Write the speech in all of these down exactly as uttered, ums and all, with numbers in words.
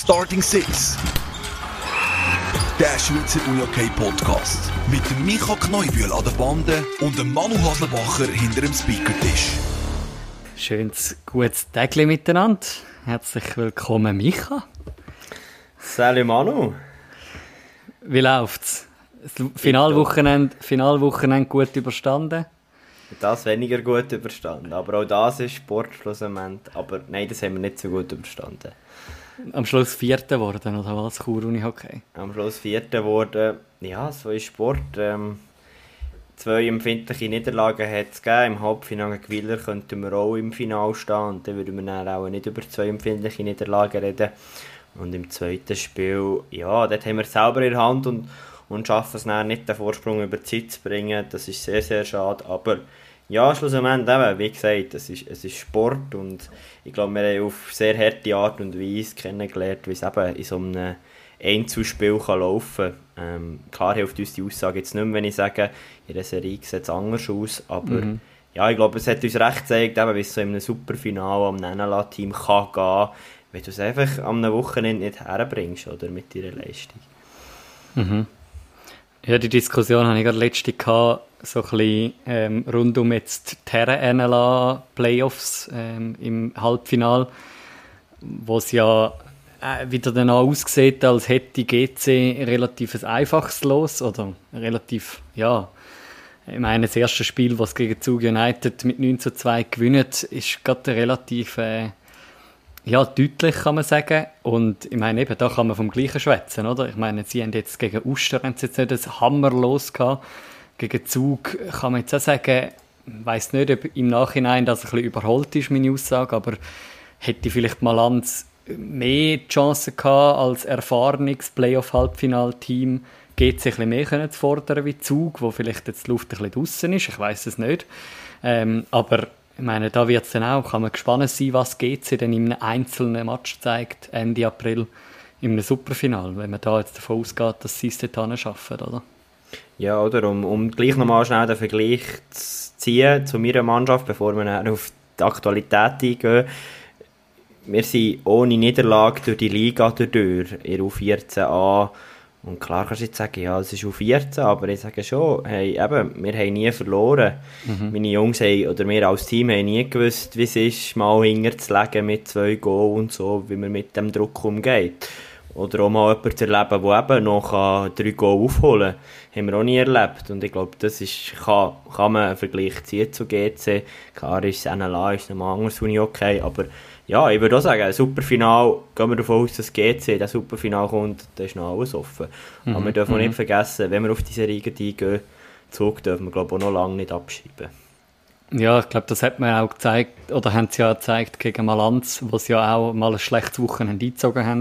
Starting Six. Der Schweizer Unihockey-Podcast. Mit dem Micha Kneubühl an der Bande und dem Manu Haslebacher hinter dem Speakertisch. Schönes, gutes Tägli miteinander. Herzlich willkommen, Micha. Salut Manu. Wie läuft's? Das Finalwochenende, Finalwochenende gut überstanden? Das weniger gut überstanden, aber auch das ist Sport schlussendlich. Aber nein, das haben wir nicht so gut überstanden. Am Schluss Vierter geworden, oder was? Chur Unihockey? Am Schluss Vierter geworden. Ja, so ist Sport. Ähm, zwei empfindliche Niederlagen hat es gegeben. Im Halbfinale gegen Willer könnten wir auch im Finale stehen. Und dann würden wir dann auch nicht über zwei empfindliche Niederlagen reden. Und im zweiten Spiel, ja, dort haben wir es selber in der Hand und, und schaffen es dann nicht, den Vorsprung über die Zeit zu bringen. Das ist sehr, sehr schade. Aber ja, schlussendlich eben, wie gesagt, es ist, es ist Sport und ich glaube, wir haben auf sehr harte Art und Weise kennengelernt, wie es eben in so einem Einzelspiel kann laufen kann. Ähm, klar hilft uns die Aussage jetzt nicht mehr, wenn ich sage, in der Serie sieht es anders aus, aber mhm. ja, ich glaube, es hat uns recht gezeigt, eben, wie es so in einem Superfinale am N L A-Team kann gehen, wenn du es einfach am Wochenende nicht herbringst, oder, mit deiner Leistung. Mhm. Ja, die Diskussion hatte ich gerade letzte gehabt, so ein bisschen ähm, rund um jetzt die Herren-N L A-Playoffs ähm, im Halbfinale, wo es ja äh, wieder danach aussieht, als hätte G C relativ ein einfaches Los, oder relativ, ja, ich meine, das erste Spiel, das gegen Zug United mit neun zu zwei gewinnt, ist gerade relativ äh, ja, deutlich, kann man sagen. Und ich meine, eben, da kann man vom Gleichen schwätzen, oder? Ich meine, sie haben jetzt gegen Uster haben sie jetzt nicht ein Hammerlos gehabt. Gegen Zug kann man jetzt auch sagen, ich weiss nicht, ob im Nachhinein das ein bisschen überholt ist, meine Aussage, aber hätte vielleicht Malanz mehr Chancen gehabt, als erfahrenes Playoff-Halbfinal-Team G C ein bisschen mehr können zu fordern wie Zug, wo vielleicht jetzt die Luft ein bisschen draussen ist, ich weiss es nicht. Ähm, aber ich meine, da wird es dann auch, kann man gespannt sein, was G C denn in einem einzelnen Match zeigt, Ende April, in einem Superfinal, wenn man da jetzt davon ausgeht, dass sie es dort schaffen, oder? Ja, oder, um, um gleich nochmal schnell den Vergleich zu ziehen zu meiner Mannschaft, bevor wir dann auf die Aktualität eingehen. Wir sind ohne Niederlage durch die Liga durch, in U vierzehn A. Und klar kannst du jetzt sagen, ja, es ist U vierzehn, aber ich sage schon, hey, eben, wir haben nie verloren. Mhm. Meine Jungs haben, oder wir als Team haben nie gewusst, wie es ist, mal hinter zu legen mit zwei Goals und so, wie man mit dem Druck umgeht. Oder auch mal jemanden zu erleben, der eben noch drei Goals aufholen kann. Haben wir auch nie erlebt. Und ich glaube, das ist, kann, kann man einen Vergleich ziehen zu G C. Klar ist das N L A ist nochmal anders, okay, aber ja, ich würde auch sagen, ein Superfinal, gehen wir davon aus, dass G C das Superfinal kommt, da ist noch alles offen. Mhm. Aber wir dürfen auch nicht vergessen, wenn wir auf diese Riege eingehen, Zug dürfen wir, glaube ich, auch noch lange nicht abschreiben. Ja, ich glaube, das hat man auch gezeigt, oder haben sie ja gezeigt gegen Malanz, wo sie ja auch mal ein schlechtes Wochenende eingezogen haben.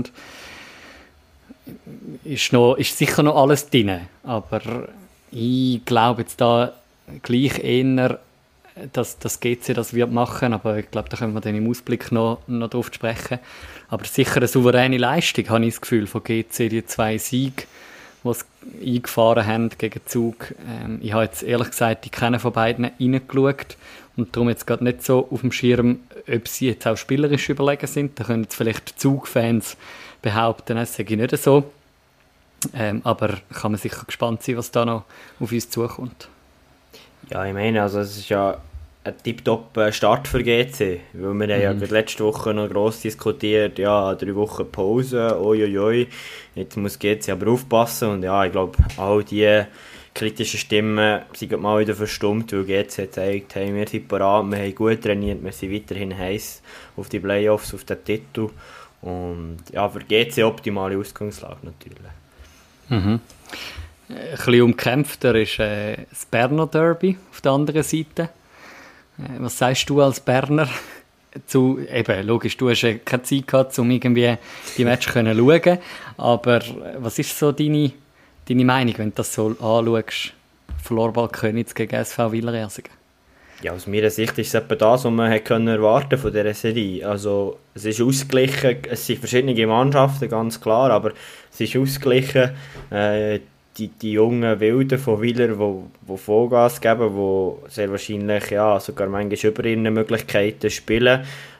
Ist, noch, ist sicher noch alles drin, aber ich glaube jetzt da gleich eher, dass das G C das wird machen, aber ich glaube, da können wir dann im Ausblick noch, noch drauf sprechen. Aber sicher eine souveräne Leistung, habe ich das Gefühl, von G C, die zwei Siege, die sie eingefahren haben gegen Zug. Ähm, ich habe jetzt ehrlich gesagt in keinen von beiden reingeschaut und darum jetzt gerade nicht so auf dem Schirm, ob sie jetzt auch spielerisch überlegen sind. Da können jetzt vielleicht Zug-Fans behaupten, das sage ich nicht so. Ähm, aber kann man sicher gespannt sein, was da noch auf uns zukommt. Ja, ich meine, also es ist ja ein tiptop Start für G C, weil wir mhm. haben ja letzte Woche noch gross diskutiert, ja, drei Wochen Pause, oi, jetzt muss G C aber aufpassen und ja, ich glaube, all die kritischen Stimmen sind mal wieder verstummt, weil G C zeigt, hey, wir sind parat, wir haben gut trainiert, wir sind weiterhin heiß auf die Playoffs, auf den Titel und ja, für G C optimale Ausgangslage natürlich. Mhm. Ein bisschen umkämpfter ist äh, das Berner Derby auf der anderen Seite. Äh, was sagst du als Berner? Zu, eben, logisch, du hast ja keine Zeit gehabt, um irgendwie die Match zu schauen. Aber was ist so deine, deine Meinung, wenn du das so anschaust? Florbal Königs gegen S V Villers-Ersingen. Ja, aus meiner Sicht ist es etwa das, was man erwarten konnte von dieser Serie. Also, es ist ausgeglichen, es sind verschiedene Mannschaften, ganz klar, aber es ist ausgeglichen. Äh, die, die jungen Wilden von Willer, die, die Vollgas geben, die sehr wahrscheinlich ja, sogar manchmal über ihre Möglichkeiten spielen.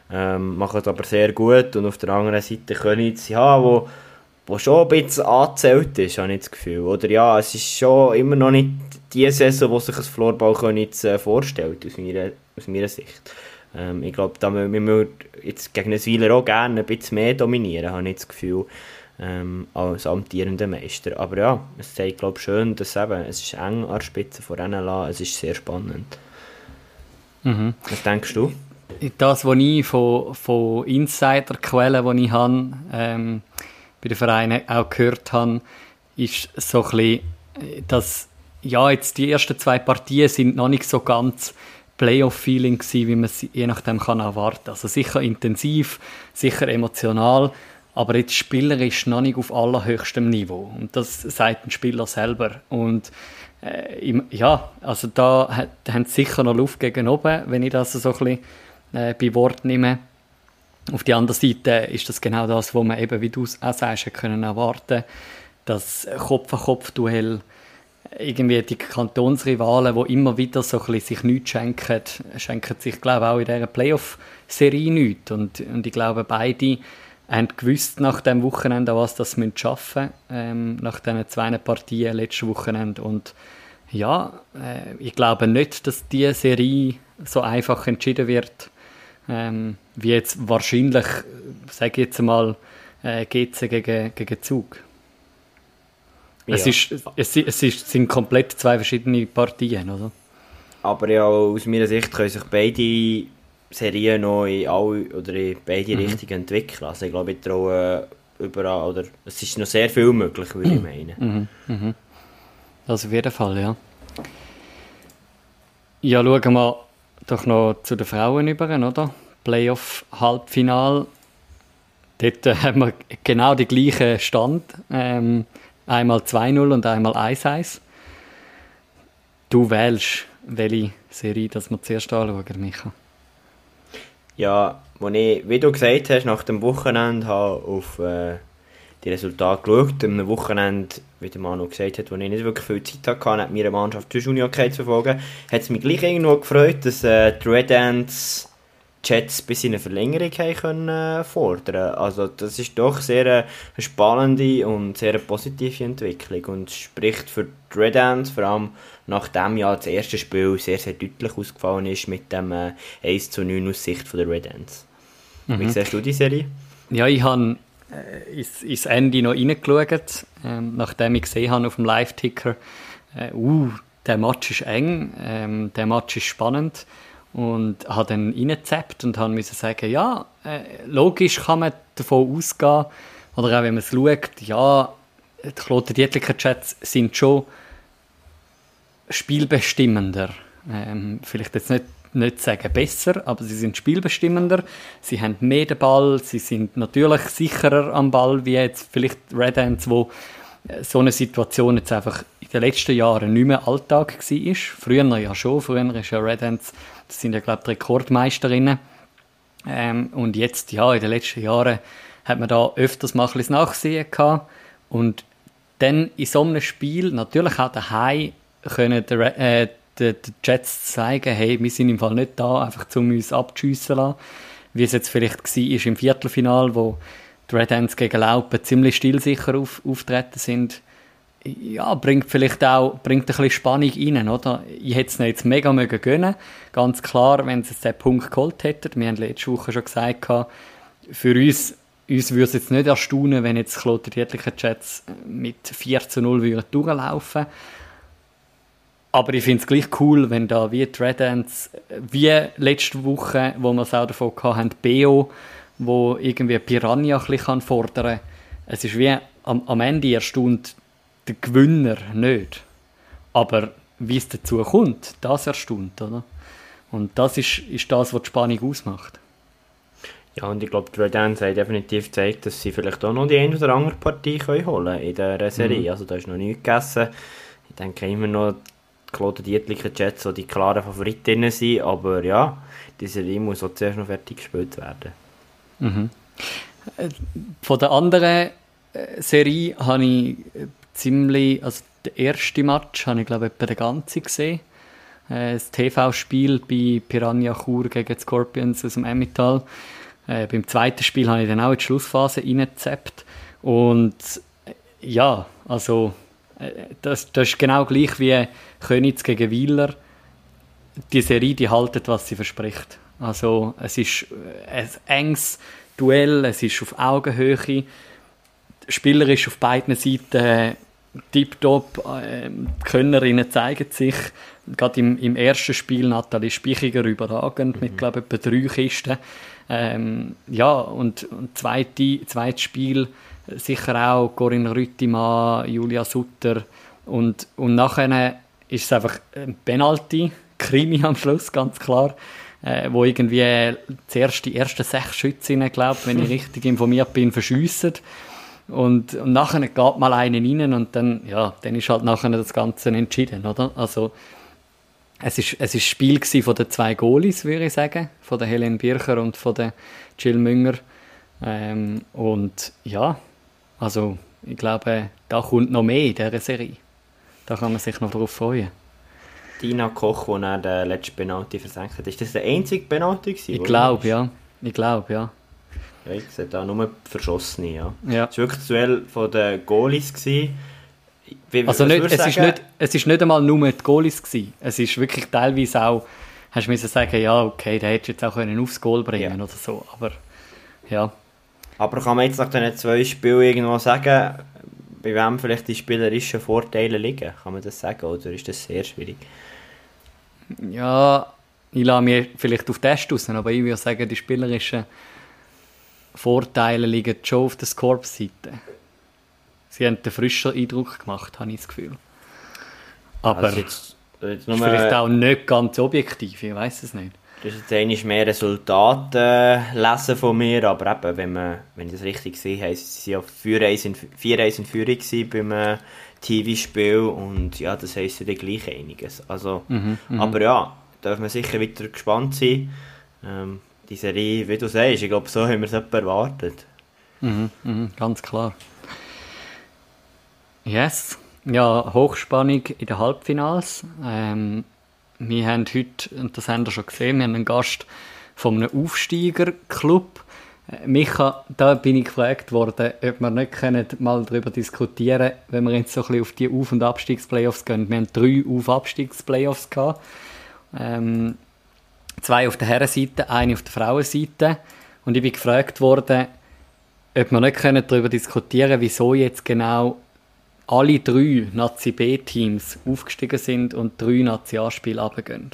ähm, machen es aber sehr gut. Und auf der anderen Seite Königs, ja, wo, wo schon ein bisschen angezählt ist, habe ich das Gefühl. Oder ja, es ist schon immer noch nicht die Saison, die sich ein Floorball Königs äh, vorstellt, aus meiner, aus meiner Sicht. Ähm, ich glaube, da müssen wir jetzt gegen den Weiler auch gerne ein bisschen mehr dominieren, habe ich das Gefühl, ähm, als amtierender Meister. Aber ja, es zeigt, glaube ich, schön, dass eben, es ist eng an der Spitze von N L A, es ist sehr spannend. Mhm. Was denkst du? Das, was ich von, von Insider-Quellen, die ich habe, ähm, bei den Vereinen auch gehört habe, ist so ein bisschen, dass ja, jetzt die ersten zwei Partien sind noch nicht so ganz Playoff-Feeling gewesen, wie man es je nachdem kann erwarten. Also sicher intensiv, sicher emotional, aber jetzt spielerisch noch nicht auf allerhöchstem Niveau. Und das sagt ein Spieler selber. Und äh, im, ja, also da hat, haben sie sicher noch Luft gegen oben, wenn ich das so ein bisschen äh, bei Wort nehme. Auf der anderen Seite ist das genau das, was man eben, wie du es auch sagst, können erwarten. Das Kopf-an-Kopf-Duell, irgendwie die Kantonsrivalen, die immer wieder so ein bisschen sich nichts schenken, schenken sich, glaube ich, auch in dieser Playoff-Serie nichts. Und, und ich glaube, beide haben gewusst nach dem Wochenende, was das schaffen müssen, ähm, nach diesen zwei Partien letztes Wochenende. Und ja, äh, ich glaube nicht, dass diese Serie so einfach entschieden wird, ähm, wie jetzt wahrscheinlich, sage ich jetzt mal, äh, G C gegen, gegen Zug. Ja. Es, ist, es, es ist, sind komplett zwei verschiedene Partien, oder? Aber ja, aus meiner Sicht können sich beide Serien noch in alle oder in beide mhm. Richtungen entwickeln. Also ich glaube, ich traue überall, oder es ist noch sehr viel möglich, würde ich meinen. Mhm. Mhm. Das auf jeden Fall, ja. Ja, schauen wir doch noch zu den Frauen über, oder? Playoff-Halbfinal. Dort äh, haben wir genau den gleichen Stand. Ähm, einmal zwei null und einmal eins eins. Du wählst, welche Serie das wir zuerst anschauen, Micha? Ja, als ich, wie du gesagt hast, nach dem Wochenende habe auf äh, die Resultate geschaut. Am Wochenende, wie der Manu gesagt hat, wo ich nicht wirklich viel Zeit hatte, hat meine Mannschaft die Junior-Hockey zu verfolgen, hat es mich gleich irgendwo gefreut, dass äh, die Red Ants Jets bis in eine Verlängerung haben können, äh, fordern. Also das ist doch sehr äh, eine spannende und sehr positive Entwicklung und spricht für die Red Ants, vor allem nachdem ja das erste Spiel sehr, sehr deutlich ausgefallen ist mit dem äh, eins zu neun aus Sicht der Red Ants. Mhm. Wie siehst du die Serie? Ja, ich habe äh, ins, ins Ende noch reingeschaut, ähm, nachdem ich gesehen habe auf dem Live-Ticker, äh, uh, der Match ist eng, ähm, der Match ist spannend. Und habe dann reingezappt und musste sagen, ja, äh, logisch kann man davon ausgehen, oder auch wenn man es schaut, ja, die Kloten-Dietliker-Chats sind schon spielbestimmender. Ähm, vielleicht jetzt nicht, nicht sagen besser, aber sie sind spielbestimmender, sie haben mehr den Ball, sie sind natürlich sicherer am Ball, wie jetzt vielleicht Red Ants, wo so eine Situation jetzt einfach in den letzten Jahren nicht mehr Alltag war. Früher ja schon, früher ist ja Red Ants, das sind ja, glaube ich, die Rekordmeisterinnen. Ähm, und jetzt, ja, in den letzten Jahren hat man da öfters mal ein bisschen Nachsehen gehabt. Und dann in so einem Spiel, natürlich auch daheim, können die, äh, die, die Jets zeigen, hey, wir sind im Fall nicht da, einfach um uns abzuschiessen lassen. Wie es jetzt vielleicht war im Viertelfinal, wo die Red Ants gegen Laupen ziemlich stilsicher auf, auftreten sind. Ja, bringt vielleicht auch bringt ein bisschen Spannung rein, oder? Ich hätte es ihnen jetzt mega mögen gönnen. Ganz klar, wenn sie jetzt den Punkt geholt hätten. Wir haben letzte Woche schon gesagt, für uns, uns würde es jetzt nicht erstaunen, wenn jetzt Kloten Dietliker Jets mit vier zu null würden durchlaufen. Aber ich finde es gleich cool, wenn da wie die Red Ants, wie letzte Woche, wo wir es auch davon hatten, B O, wo irgendwie Piranha ein bisschen fordern kann. Es ist wie am, am Ende erstaunt der Gewinner nicht. Aber wie es dazu kommt, das erstaunt, oder? Und das ist, ist das, was die Spannung ausmacht. Ja, und ich glaube, die Red Ants haben definitiv gezeigt, dass sie vielleicht auch noch die eine oder andere Partie können holen in dieser Serie. Mhm. Also da ist noch nichts gegessen. Ich denke immer noch, die Kloten Dietliker Jets, die die klaren Favoritinnen sind. Aber ja, die Serie muss auch zuerst noch fertig gespielt werden. Mhm. Von der anderen Serie habe ich ziemlich, also den ersten Match habe ich glaube ich etwa den ganzen gesehen äh, das T V-Spiel bei Piranha Chur gegen die Scorpions aus dem Emmental. Äh, beim zweiten Spiel habe ich dann auch in die Schlussphase reingezappt. Und äh, ja, also äh, das, das ist genau gleich wie Königs gegen Weiler. Die Serie, die haltet, was sie verspricht. Also es ist ein enges Duell, es ist auf Augenhöhe. Spielerisch auf beiden Seiten tipptopp. Äh, die Könnerinnen zeigen sich. Gerade im, im ersten Spiel Nathalie Spichiger überragend, mhm. mit, glaube ich, etwa drei Kisten. Ähm, ja, und, und zweite, zweites Spiel sicher auch Corinne Rüttimann, Julia Sutter. Und, und nachher ist es einfach ein Penalty-Krimi am Schluss, ganz klar. Äh, wo irgendwie zuerst die ersten sechs Schützinnen, glaube wenn ich richtig informiert bin, verschiessen. Und, und nachher geht mal einen rein und dann, ja, dann ist halt nachher das Ganze entschieden, oder? Also, es ist, es ist ein Spiel von den zwei Goalies, würde ich sagen, von der Helen Bircher und von der Jill Münger. Ähm, und ja, also ich glaube, da kommt noch mehr in dieser Serie. Da kann man sich noch darauf freuen. Dina Koch, die dann den letzten Penalty versenkt hat. Ist das der einzige Penalty gewesen? Ich glaube, ja. Ich glaube, ja. Ja, ich sehe da nur Verschossene, ja. ja. Es war wirklich das Duell von den Goalies gewesen. Wie, also nicht, es, ist nicht, es ist nicht einmal nur die Goalies gewesen. Es ist wirklich teilweise auch, hast du müssen sagen, ja, okay, der hätte jetzt auch können aufs Goal bringen ja. oder so. Aber, ja. Aber kann man jetzt nach diesen zwei Spielen irgendwo sagen, bei wem vielleicht die spielerischen Vorteile liegen? Kann man das sagen, oder ist das sehr schwierig? Ja, ich lasse mich vielleicht auf Test raus, aber ich würde sagen, die spielerischen Vorteile liegen schon auf der Scorp-Seite. Sie haben einen frischen Eindruck gemacht, habe ich das Gefühl. Aber also jetzt, jetzt nur vielleicht auch nicht ganz objektiv, ich weiß es nicht. Das ist jetzt eigentlich mehr Resultate lesen von mir, aber eben, wenn, man, wenn ich das richtig gesehen habe, sie waren ja vier eins in Führung beim äh, T V-Spiel und ja, das heisst ja gleich einiges. Also, mhm, aber ja, darf man sicher wieder gespannt sein. Ähm, die Serie, wie du sagst, ich glaube, so haben wir es etwa erwartet. Mhm, mhm, ganz klar. Yes, ja, Hochspannung in den Halbfinals. Ähm, wir haben heute, und das habt ihr schon gesehen, wir haben einen Gast von einem Aufsteigerclub. Äh, Micha, da bin ich gefragt worden, ob wir nicht können mal darüber diskutieren können, wenn wir jetzt so ein bisschen auf die Auf- und Abstiegsplayoffs gehen. Wir haben drei Auf- und Abstiegsplayoffs gehabt. Ähm, zwei auf der Herrenseite, eine auf der Frauenseite. Und ich bin gefragt worden, ob wir nicht können darüber diskutieren können, wieso jetzt genau alle drei Nazi-B-Teams aufgestiegen sind und drei Nazi-A-Spiele runtergehen.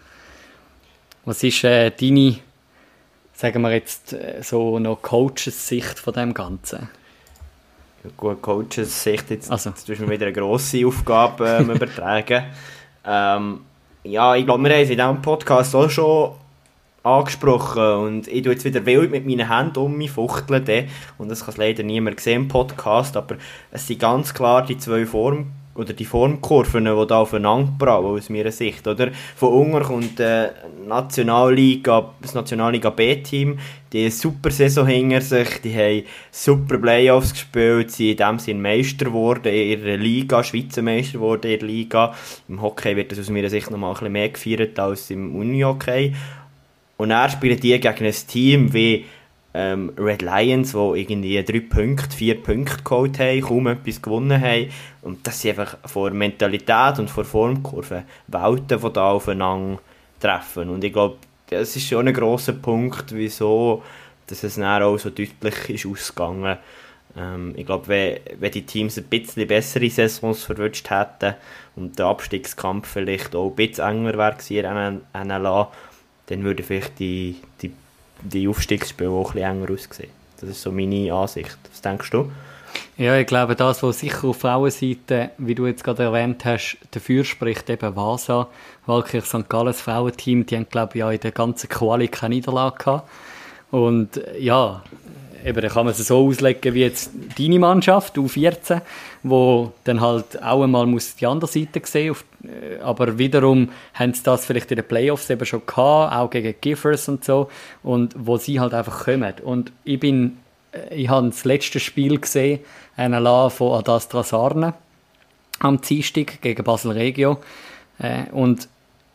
Was ist äh, deine, sagen wir jetzt, äh, so noch Coaches-Sicht von dem Ganzen? Ja, gut, Coaches-Sicht, jetzt, also. jetzt müssen wir wieder eine grosse Aufgabe ähm, übertragen. Ähm, ja, ich glaube, wir haben es in diesem Podcast auch schon angesprochen und ich tue jetzt wieder wild mit meinen Händen um mich fuchteln und das kann es leider niemand sehen im Podcast, aber es sind ganz klar die zwei Form oder die Formkurven, die da aufeinander prallen aus meiner Sicht, oder? Von unten kommt äh, Nationalliga, das Nationalliga B-Team, die haben eine super Saison hinter sich, die haben super Playoffs gespielt, sie in dem Sinne Meister geworden in ihrer Liga, Schweizer Meister geworden in der Liga. Im Hockey wird das aus meiner Sicht noch mal ein bisschen mehr gefeiert als im Unihockey. Und dann spielen die gegen ein Team wie ähm, Red Lions, die irgendwie drei Punkte, vier Punkte geholt haben, kaum etwas gewonnen haben. Und das sind einfach vor Mentalität und vor Formkurve Welten, die da aufeinander treffen. Und ich glaube, das ist schon ein grosser Punkt, wieso dass es dann auch so deutlich ist ausgegangen. Ähm, ich glaube, wenn, wenn die Teams ein bisschen bessere Saisons verwünscht hätten und der Abstiegskampf vielleicht auch ein bisschen enger wäre in der N L A, dann würde vielleicht die, die, die Aufstiegsspiele auch ein bisschen enger aussehen. Das ist so meine Ansicht. Was denkst du? Ja, ich glaube, das, was sicher auf Frauenseite, wie du jetzt gerade erwähnt hast, dafür spricht, eben Vasa, Waldkirch Sankt Gallen, das Frauenteam, die haben, glaube ich, ja in der ganzen Quali keine Niederlage gehabt. Und ja, eben, da kann man es so auslegen wie jetzt deine Mannschaft, U vierzehn, wo dann halt auch einmal muss die andere Seite sehen, auf, aber wiederum haben sie das vielleicht in den Playoffs eben schon gehabt, auch gegen Giffers und so, und wo sie halt einfach kommen. Und ich bin, ich habe das letzte Spiel gesehen, N L A von Adastra Sarne am Dienstag gegen Basel Regio, und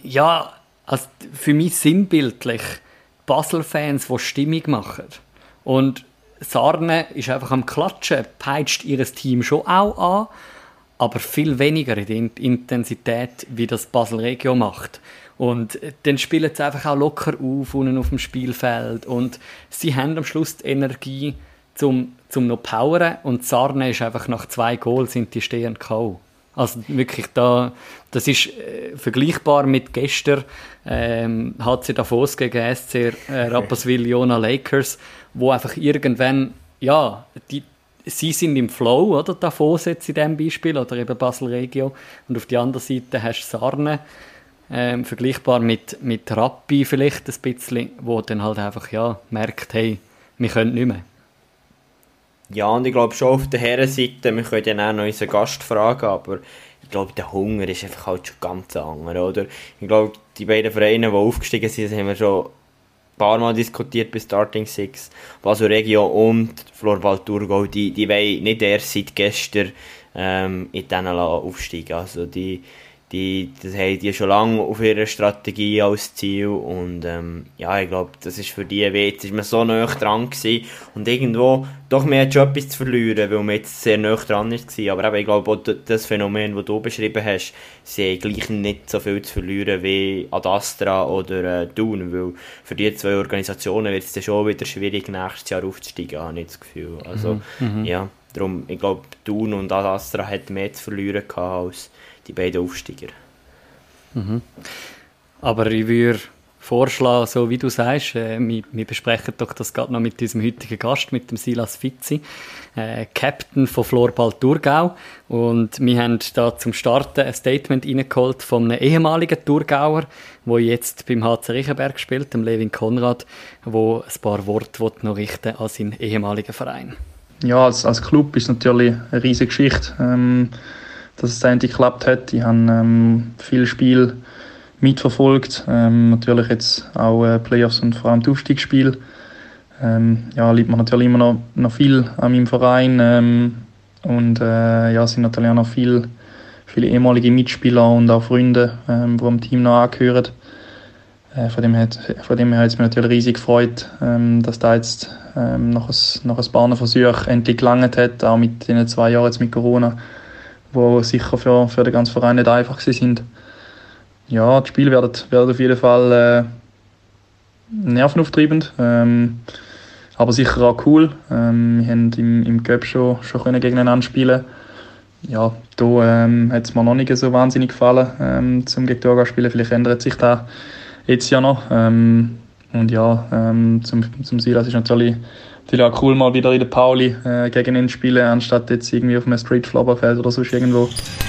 ja, also für mich sinnbildlich Basel-Fans, die Stimmung machen. Und Sarne ist einfach am Klatschen, peitscht ihr Team schon auch an, aber viel weniger in der Intensität, wie das Basel-Regio macht. Und dann spielen sie einfach auch locker auf, unten auf dem Spielfeld. Und sie haben am Schluss die Energie, zum, zum noch powern. Und Sarne ist einfach nach zwei Goals sind die stehend K O. Also wirklich, da, das ist äh, vergleichbar mit gestern ähm, H C Davos gegen S C äh, Rapperswil-Jona Lakers, wo einfach irgendwann, ja, die, sie sind im Flow, oder, Davos jetzt in diesem Beispiel, oder eben Basel-Regio, und auf der anderen Seite hast du Sarne, ähm, vergleichbar mit, mit Rappi vielleicht ein bisschen, wo dann halt einfach, ja, merkt, hey, wir können nicht mehr. Ja, und ich glaube schon auf der Herrenseite, wir können ja auch noch unseren Gast fragen, aber ich glaube, der Hunger ist einfach halt schon ganz anders, oder? Ich glaube, die beiden Vereine, die aufgestiegen sind, haben wir schon ein paar Mal diskutiert bei Starting Six. Basel-Regio und Floorball Thurgau, die, die wollen nicht erst seit gestern ähm, in diesen aufsteigen. Also die, die, das haben die schon lange auf ihrer Strategie als Ziel und ähm, ja, ich glaube, das ist für die, jetzt ist man so nah dran gewesen und irgendwo, doch, man hat schon etwas zu verlieren, weil man jetzt sehr nah dran war, aber eben, ich glaube, auch das Phänomen, das du beschrieben hast, sie haben gleich nicht so viel zu verlieren wie Ad Astra oder äh, Thun, weil für die zwei Organisationen wird es dann schon wieder schwierig, nächstes Jahr aufzusteigen, habe ich das Gefühl. Also, mhm. ja, darum, ich glaube, Thun und Ad Astra hatten mehr zu verlieren gehabt als die beiden Aufsteiger. Mhm. Aber ich würde vorschlagen, so wie du sagst, äh, wir, wir besprechen doch das gerade noch mit unserem heutigen Gast, mit dem Silas Fitzi, äh, Captain von Floorball Thurgau. Und wir haben da zum Starten ein Statement reingeholt von einem ehemaligen Thurgauer, der jetzt beim H C Riechenberg spielt, dem Levin Konrad, der ein paar Worte noch richten an seinen ehemaligen Verein. Ja, als, als Club ist es natürlich eine riesige Geschichte. Ähm, dass es endlich geklappt hat. Ich habe ähm, viele Spiele mitverfolgt. Ähm, natürlich jetzt auch äh, Playoffs und vor allem die Aufstiegsspiele. Ähm, ja, liegt mir natürlich immer noch, noch viel an meinem Verein. Ähm, und äh, ja, sind natürlich auch noch viel, viele ehemalige Mitspieler und auch Freunde, ähm, die am Team noch angehören. Äh, von dem her hat es mich natürlich riesig gefreut, ähm, dass da jetzt ähm, nach ein, nach ein paar Versuchen endlich gelangt hat, auch mit den zwei Jahren jetzt mit Corona, die sicher für, für den ganzen Verein nicht einfach sind. Ja, das Spiel wird, wird auf jeden Fall äh, nervenaufreibend, ähm, aber sicher auch cool. Ähm, wir haben im, im Cup schon, schon können gegeneinander spielen. Ja, da ähm, hat es mir noch nicht so wahnsinnig gefallen, ähm, zum gegen Thurgau spielen. Vielleicht ändert sich das jetzt ja noch. Ähm, und ja, ähm, zum, zum Silas ist natürlich Natürlich auch cool, mal wieder in der Pauli äh, gegen ihn spielen, anstatt jetzt irgendwie auf einem Street-Flopperfeld oder sonst irgendwo.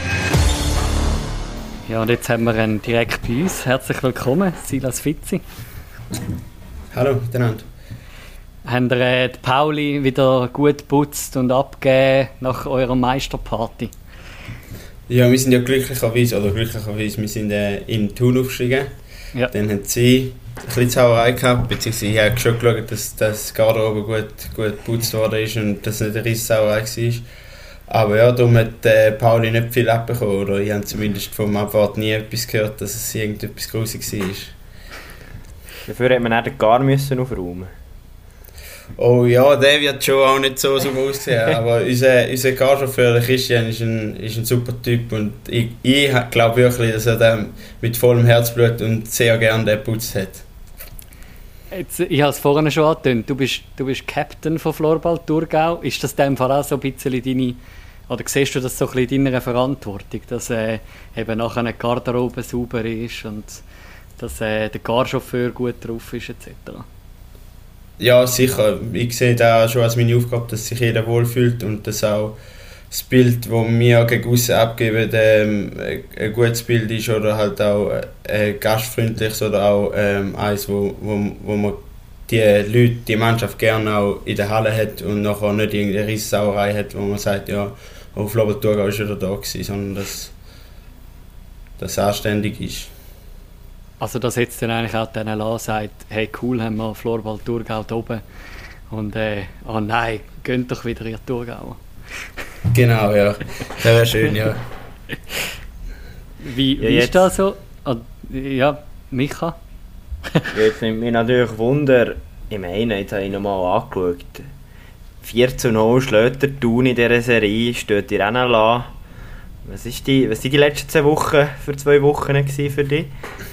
Ja, und jetzt haben wir ihn direkt bei uns. Herzlich willkommen, Silas Fitzi. Hallo miteinander. Haben ihr äh, die Pauli wieder gut geputzt und abgegeben nach eurer Meisterparty? Ja, wir sind ja glücklicherweise, oder glücklicherweise, wir sind äh, in Thun aufgestiegen. Ja. Dann haben sie ein bisschen Zauberei gehabt, beziehungsweise ich habe schon geschaut, dass das Garderobe gut, gut geputzt worden ist und dass es nicht eine riesige Zauberei war. Aber ja, darum hat äh, Pauli nicht viel abbekommen, oder ich habe zumindest vom Abwart nie etwas gehört, dass es irgendetwas Grusiges war. Dafür hätte man auch den Gar müssen aufräumen. Oh ja, der wird schon auch nicht so super aussehen, aber unser, unser Garchauffeur, Christian, ist ein, ist ein super Typ und ich, ich glaube wirklich, dass er den mit vollem Herzblut und sehr gerne den geputzt hat. Jetzt, ich habe es vorhin schon angetönt, du bist, du bist Captain von Floorball Thurgau. Ist das in dem Fall auch so ein bisschen deine, oder siehst du das so ein bisschen in deiner Verantwortung, dass äh, eben nachher eine Garderobe sauber ist und dass äh, der Garchauffeur gut drauf ist et cetera? Ja, sicher. Ich sehe da schon als meine Aufgabe, dass sich jeder wohlfühlt und dass auch das Bild, das wir gegen aussen abgeben, ähm, ein gutes Bild ist oder halt auch äh, gastfreundliches oder auch ähm, eins, wo, wo, wo man die Leute, die Mannschaft gerne auch in der Halle hat und nachher nicht irgendeine Rissauerei hat, wo man sagt, ja, auf Floorball Thurgau ist wieder da gewesen, sondern dass das anständig ist. Also dass jetzt dann eigentlich auch denen La sagt, hey cool, haben wir Floorball Thurgau da oben und äh, oh nein, geht doch wieder in Thurgau. Genau, ja. Das wäre schön, ja. Wie, wie ja, ist das so? Ja, Micha? Jetzt nimmt mich natürlich Wunder, ich meine, jetzt habe ich nochmal angeschaut, vier zu null schlägt der Thun in dieser Serie, steht in N L A. Was ist die, was waren die letzten zwei Wochen für zwei Wochen für dich?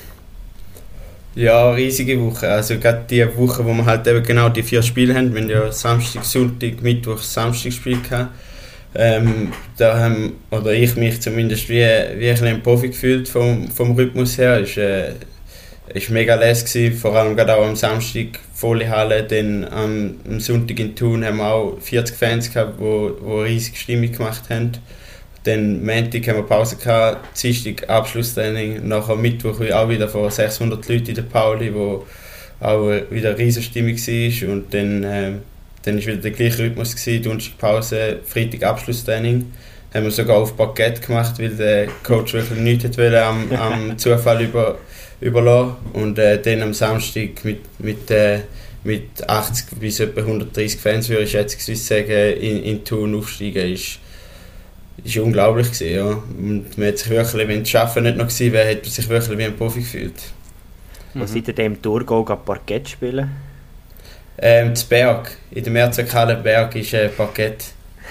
Ja, riesige Woche. Also gerade die Woche, wo wir halt eben genau die vier Spiele haben, wir haben ja Samstag, Sonntag, Mittwoch, Samstag gespielt gehabt. Ähm, da haben, oder ich mich zumindest wie, wie ein, ein Profi gefühlt vom, vom Rhythmus her. Es war äh, ist mega lässig, vor allem gerade auch am Samstag volle Halle, dann am, am Sonntag in Thun haben wir auch vierzig Fans gehabt, die wo, wo eine riesige Stimmung gemacht haben. Dann Montag haben wir Pause gehabt, Dienstag Abschlusstraining, nachher Mittwoch auch wieder vor sechshundert Leuten in der Pauli, wo auch wieder eine riesige Stimmung war. Und dann, äh, dann war wieder der gleiche Rhythmus gewesen, Donnerstag Pause, Freitag Abschlusstraining. Haben wir sogar auf Parkett gemacht, weil der Coach wirklich nichts wollte am, am Zufall über, überlassen. Und äh, dann am Samstag mit, mit, äh, mit achtzig bis etwa hundertdreissig Fans, würde ich jetzt sagen, in, in Thun aufsteigen, ist Das war unglaublich gewesen, ja. Und man hat sich wirklich, wenn das Arbeiten nicht noch gewesen wäre, hätte man sich wirklich wie ein Profi gefühlt. Mhm. Wo seid ihr denn im Thurgau Parkett spielen? Ähm, das Berg. In der Mehrzweckhalle Berg ist äh, Parkett.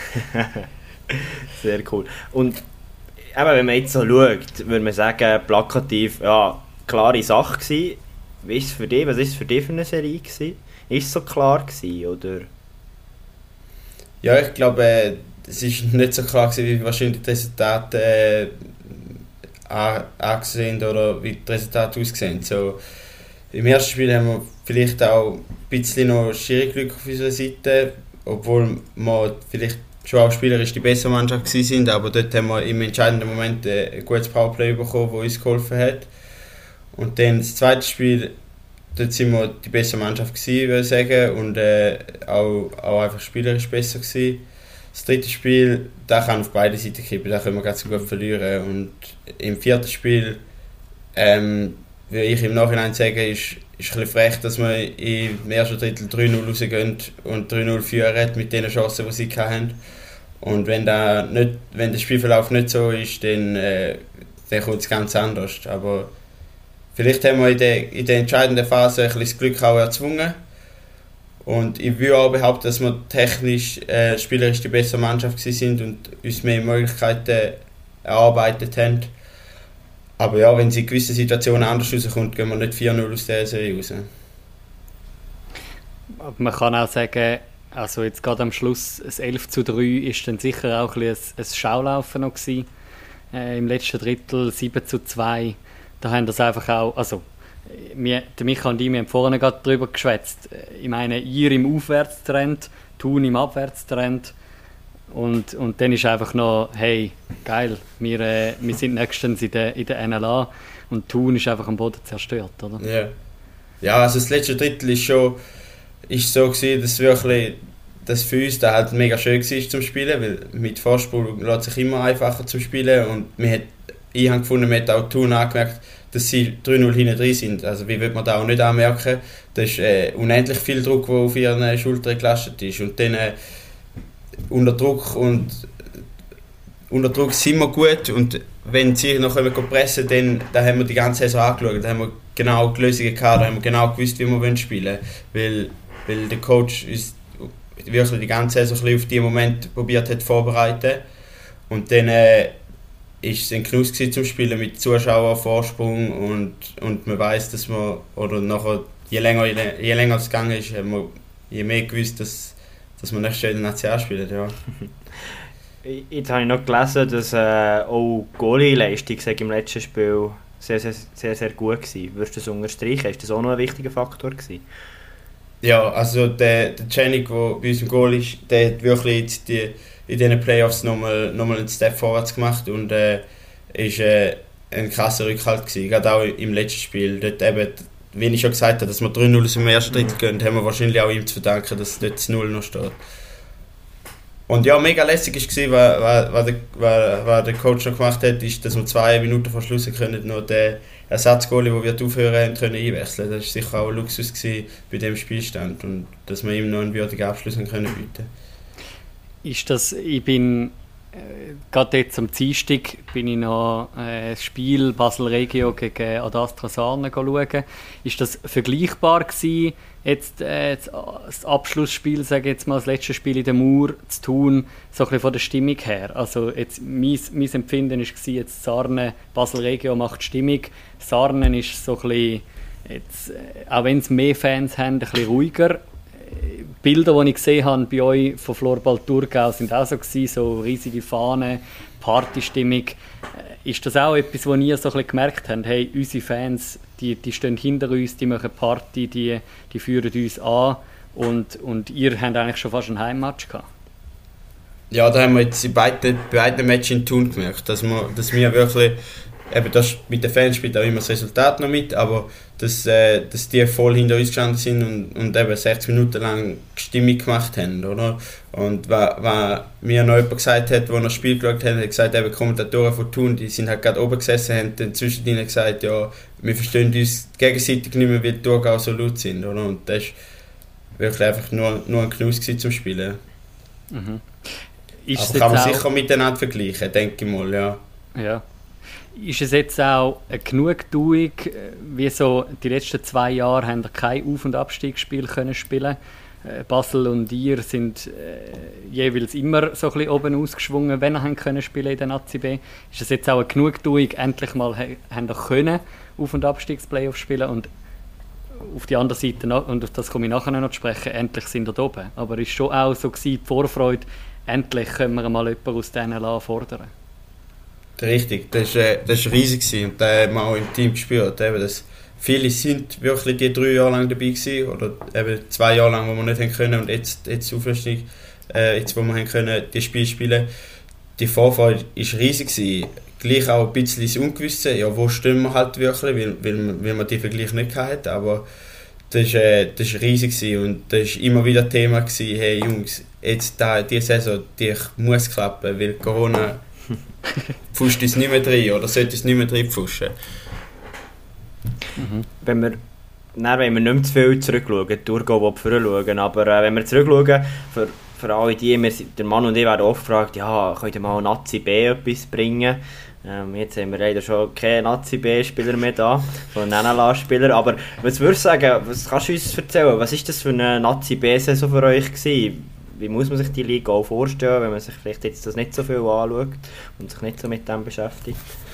Sehr cool. Und eben, wenn man jetzt so schaut, würde man sagen, plakativ, ja, klare Sache gewesen. Wie ist es für dich? Was war es für dich für eine Serie gewesen? Ist es so klar gewesen, oder? Ja, ich glaube, äh, es war nicht so klar gewesen, wie wahrscheinlich die Resultate äh, angesehen oder wie die Resultate aussehen. So, im ersten Spiel haben wir vielleicht auch ein bisschen noch Schiri-Glück auf unserer Seite, obwohl wir vielleicht schon auch spielerisch die bessere Mannschaft gewesen sind, aber dort haben wir im entscheidenden Moment ein gutes Powerplay bekommen, das uns geholfen hat. Und dann das zweite Spiel, dort sind wir die bessere Mannschaft gewesen, würde ich sagen, und äh, auch, auch einfach spielerisch besser gewesen. Das dritte Spiel, da kann auf beide Seiten kippen, da können wir ganz gut verlieren. Und im vierten Spiel, ähm, würde ich im Nachhinein sagen, ist, ist ein bisschen frech, dass wir im ersten Drittel drei null rausgehen und drei null führen mit den Chancen, die sie hatten. Und wenn, da nicht, wenn der Spielverlauf nicht so ist, dann, äh, dann kommt es ganz anders. Aber vielleicht haben wir in der, in der entscheidenden Phase ein bisschen das Glück auch erzwungen. Und ich würde auch behaupten, dass wir technisch, äh, spielerisch die bessere Mannschaft sind und uns mehr Möglichkeiten erarbeitet haben. Aber ja, wenn sie in gewissen Situationen anders rauskommt, gehen wir nicht vier null aus der Serie raus. Man kann auch sagen, also jetzt gerade am Schluss, das elf zu drei ist dann sicher auch ein, ein, ein Schaulaufen noch gewesen. Äh, Im letzten Drittel sieben zu zwei, da haben das einfach auch, also wir, der Micha und ich, wir haben vorhin gerade darüber geschwätzt. Ich meine, ihr im Aufwärtstrend, Thun im Abwärtstrend. Und, und dann ist einfach noch, hey, geil, wir, äh, wir sind nächstens in der, in der N L A und Thun ist einfach am Boden zerstört, oder? Ja, ja, also das letzte Drittel ist schon ist so gewesen, dass wirklich das für uns da halt mega schön war zum Spielen, weil mit Vorsprung lässt sich immer einfacher zum Spielen und wir hat, ich habe gefunden, man hat auch Thun angemerkt, dass sie drei null hinten drin sind. Also wie wird man da auch nicht anmerken, da ist äh, unendlich viel Druck, der auf ihren Schultern gelastet ist und dann äh, unter Druck und unter Druck sind wir gut und wenn sie noch pressen können, dann, dann haben wir die ganze Saison angeschaut, dann haben wir genau die Lösungen gehabt, dann haben wir genau gewusst, wie wir spielen wollen, weil, weil der Coach uns wirklich die ganze Saison auf diesen Moment probiert hat vorbereiten und dann äh, ist es ein Genuss zum Spielen mit Zuschauervorsprung und, und man weiss, dass man, oder nachher, je länger, je, je länger es gegangen ist, haben wir je mehr gewusst, dass, dass wir nächstes Jahr in der National spielen. Ja. Jetzt habe ich noch gelesen, dass äh, auch die Goalie-Leistung im letzten Spiel sehr, sehr, sehr, sehr gut war. Würdest du das unterstreichen? Ist das auch noch ein wichtiger Faktor gewesen? Ja, also der, der Janik, der bei uns im Goal ist, der hat wirklich jetzt die, in diesen Playoffs nochmal, nochmal einen Step vorwärts gemacht und äh, ist äh, ein krasser Rückhalt gewesen, gerade auch im letzten Spiel. Dort eben, wie ich schon gesagt habe, dass wir drei null aus dem ersten Drittel gehen, haben wir wahrscheinlich auch ihm zu verdanken, dass dort das null noch steht. Und ja, mega lässig war, was, was, der, was, was der Coach noch gemacht hat, ist, dass wir zwei Minuten vor Schluss können noch den Ersatzgoalie, den wir aufhören haben, können einwechseln. Das war sicher auch ein Luxus gewesen bei diesem Spielstand und dass wir ihm noch einen würdigen Abschluss können bieten. Ist das, ich bin äh, gerade jetzt am Dienstag bin ich noch äh, das Spiel Basel-Regio gegen Ad Astra Sarnen schauen. Ist das vergleichbar gewesen, jetzt äh, das Abschlussspiel, sage ich jetzt mal, das letzte Spiel in der Mauer zu tun, so ein bisschen von der Stimmung her? Also jetzt, mein, mein Empfinden war jetzt Sarnen, Basel-Regio macht Stimmung. Sarnen ist so ein bisschen, jetzt, auch wenn es mehr Fans haben, ein bisschen ruhiger. Bilder, die ich gesehen habe bei euch von Floorball Thurgau, sind auch so gewesen, so riesige Fahnen, Partystimmung. Ist das auch etwas, was ihr so ein bisschen gemerkt habt? Hey, unsere Fans, die, die stehen hinter uns, die machen Party, die, die führen uns an und, und ihr habt eigentlich schon fast einen Heimmatch gehabt. Ja, da haben wir jetzt bei beiden, beiden Matches in Thun gemerkt, dass wir, dass wir wirklich, eben das mit den Fans spielt auch immer das Resultat noch mit, aber dass, äh, dass die voll hinter uns gestanden sind und, und eben sechzig Minuten lang Stimmung gemacht haben, oder? Und wenn mir noch jemand gesagt hat, der noch das Spiel geschaut hat, hat gesagt, eben Kommentatoren von Thun, die sind halt gerade oben gesessen, haben dann zwischendrin gesagt, ja, wir verstehen uns gegenseitig nicht mehr, weil die Thurgau so laut sind, oder? Und das war wirklich einfach nur, nur ein Genuss zum Spielen. Mhm. Ist aber kann man sicher miteinander vergleichen, denke ich mal, ja. Ja. Ist es jetzt auch eine Genugtuung, wie so die letzten zwei Jahre haben wir kein Auf- und Abstiegsspiel können spielen. Basel und ihr sind äh, jeweils immer so ein bisschen oben ausgeschwungen, wenn ihr können spielen in der Nazi B. Ist es jetzt auch eine Genugtuung, endlich mal haben wir können Auf- und Abstiegsplayoff spielen und auf die andere Seite, und auf das komme ich nachher noch zu sprechen, endlich sind wir da oben. Aber es war schon auch so gewesen, die Vorfreude, endlich können wir mal jemanden aus denen N L A fordern. Richtig, das war äh, riesig und das haben wir auch im Team gespürt. Eben, dass viele sind wirklich die drei Jahre lang dabei gewesen, oder eben zwei Jahre lang, wo wir nicht haben können, und jetzt, jetzt Aufstieg, äh, jetzt wo wir haben können, die Spiele spielen. Die Vorfreude war riesig gewesen. Gleich auch ein bisschen das Ungewisse, ja, wo stehen wir halt wirklich, weil, weil, weil wir die Vergleich nicht hatten, aber das war äh, riesig gewesen und das war immer wieder Thema gewesen, hey Jungs, jetzt da, diese Saison, die muss klappen, weil Corona pfuscht uns nicht mehr drin oder sollte uns nicht mehr drin pfuschen. Mhm. Wenn wir, dann wollen wir nicht mehr zu viel zurückschauen, Thurgau will vorschauen, aber äh, wenn wir zurückschauen, für, für alle die, wir, der Mann und ich werden oft gefragt, ja, könnt ihr mal Nazi B etwas bringen? Ähm, jetzt haben wir leider schon keinen Nazi B-Spieler mehr da, sondern einen N L A-Spieler, aber was würdest du sagen, was kannst du uns erzählen, was war das für eine Nazi B-Saison für euch gewesen? Wie muss man sich die Liga auch vorstellen, wenn man sich vielleicht jetzt das nicht so viel anschaut und sich nicht so mit dem beschäftigt?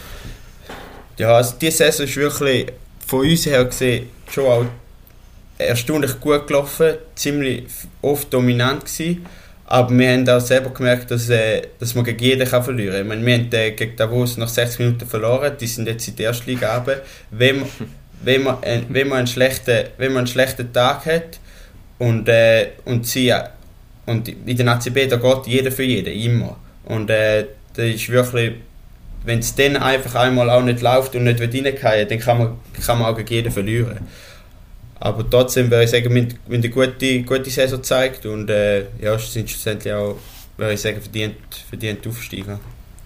Ja, also diese Saison ist wirklich von uns her gesehen schon auch erstaunlich gut gelaufen, ziemlich oft dominant gewesen, aber wir haben auch selber gemerkt, dass, äh, dass man gegen jeden kann verlieren kann. Ich meine, wir haben äh, gegen Davos nach sechzig Minuten verloren, die sind jetzt in der ersten Liga runter. Wenn man, wenn man, äh, wenn man, einen, schlechten, wenn man einen schlechten Tag hat und, äh, und sie Und in der Nazi B, da geht jeder für jeden, immer. Und äh, das ist wirklich, wenn es dann einfach einmal auch nicht läuft und nicht reinfallen, dann kann man, kann man auch gegen jeden verlieren. Aber trotzdem würde ich sagen, wenn man eine gute, gute Saison zeigt und äh, ja, sind schlussendlich auch, würde ich sagen, verdient, verdient aufsteigen.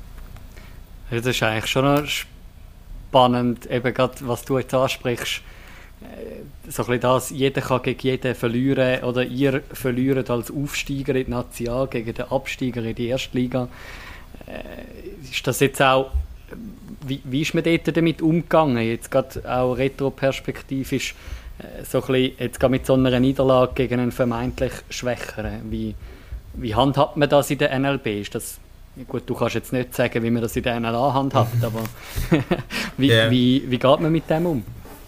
Das ist eigentlich schon noch spannend, eben gerade, was du jetzt ansprichst. So ein bisschen das, jeder kann gegen jeden verlieren oder ihr verliert als Aufsteiger in die Nazi A gegen den Absteiger in die erste Liga. Äh, ist das jetzt auch, wie, wie ist man dort damit umgegangen? Jetzt gerade auch retroperspektivisch, äh, so ein bisschen, jetzt gerade mit so einer Niederlage gegen einen vermeintlich Schwächeren. Wie, wie handhabt man das in der N L B? Ist das, gut, du kannst jetzt nicht sagen, wie man das in der N L A handhabt, aber wie, yeah. wie, wie geht man mit dem um?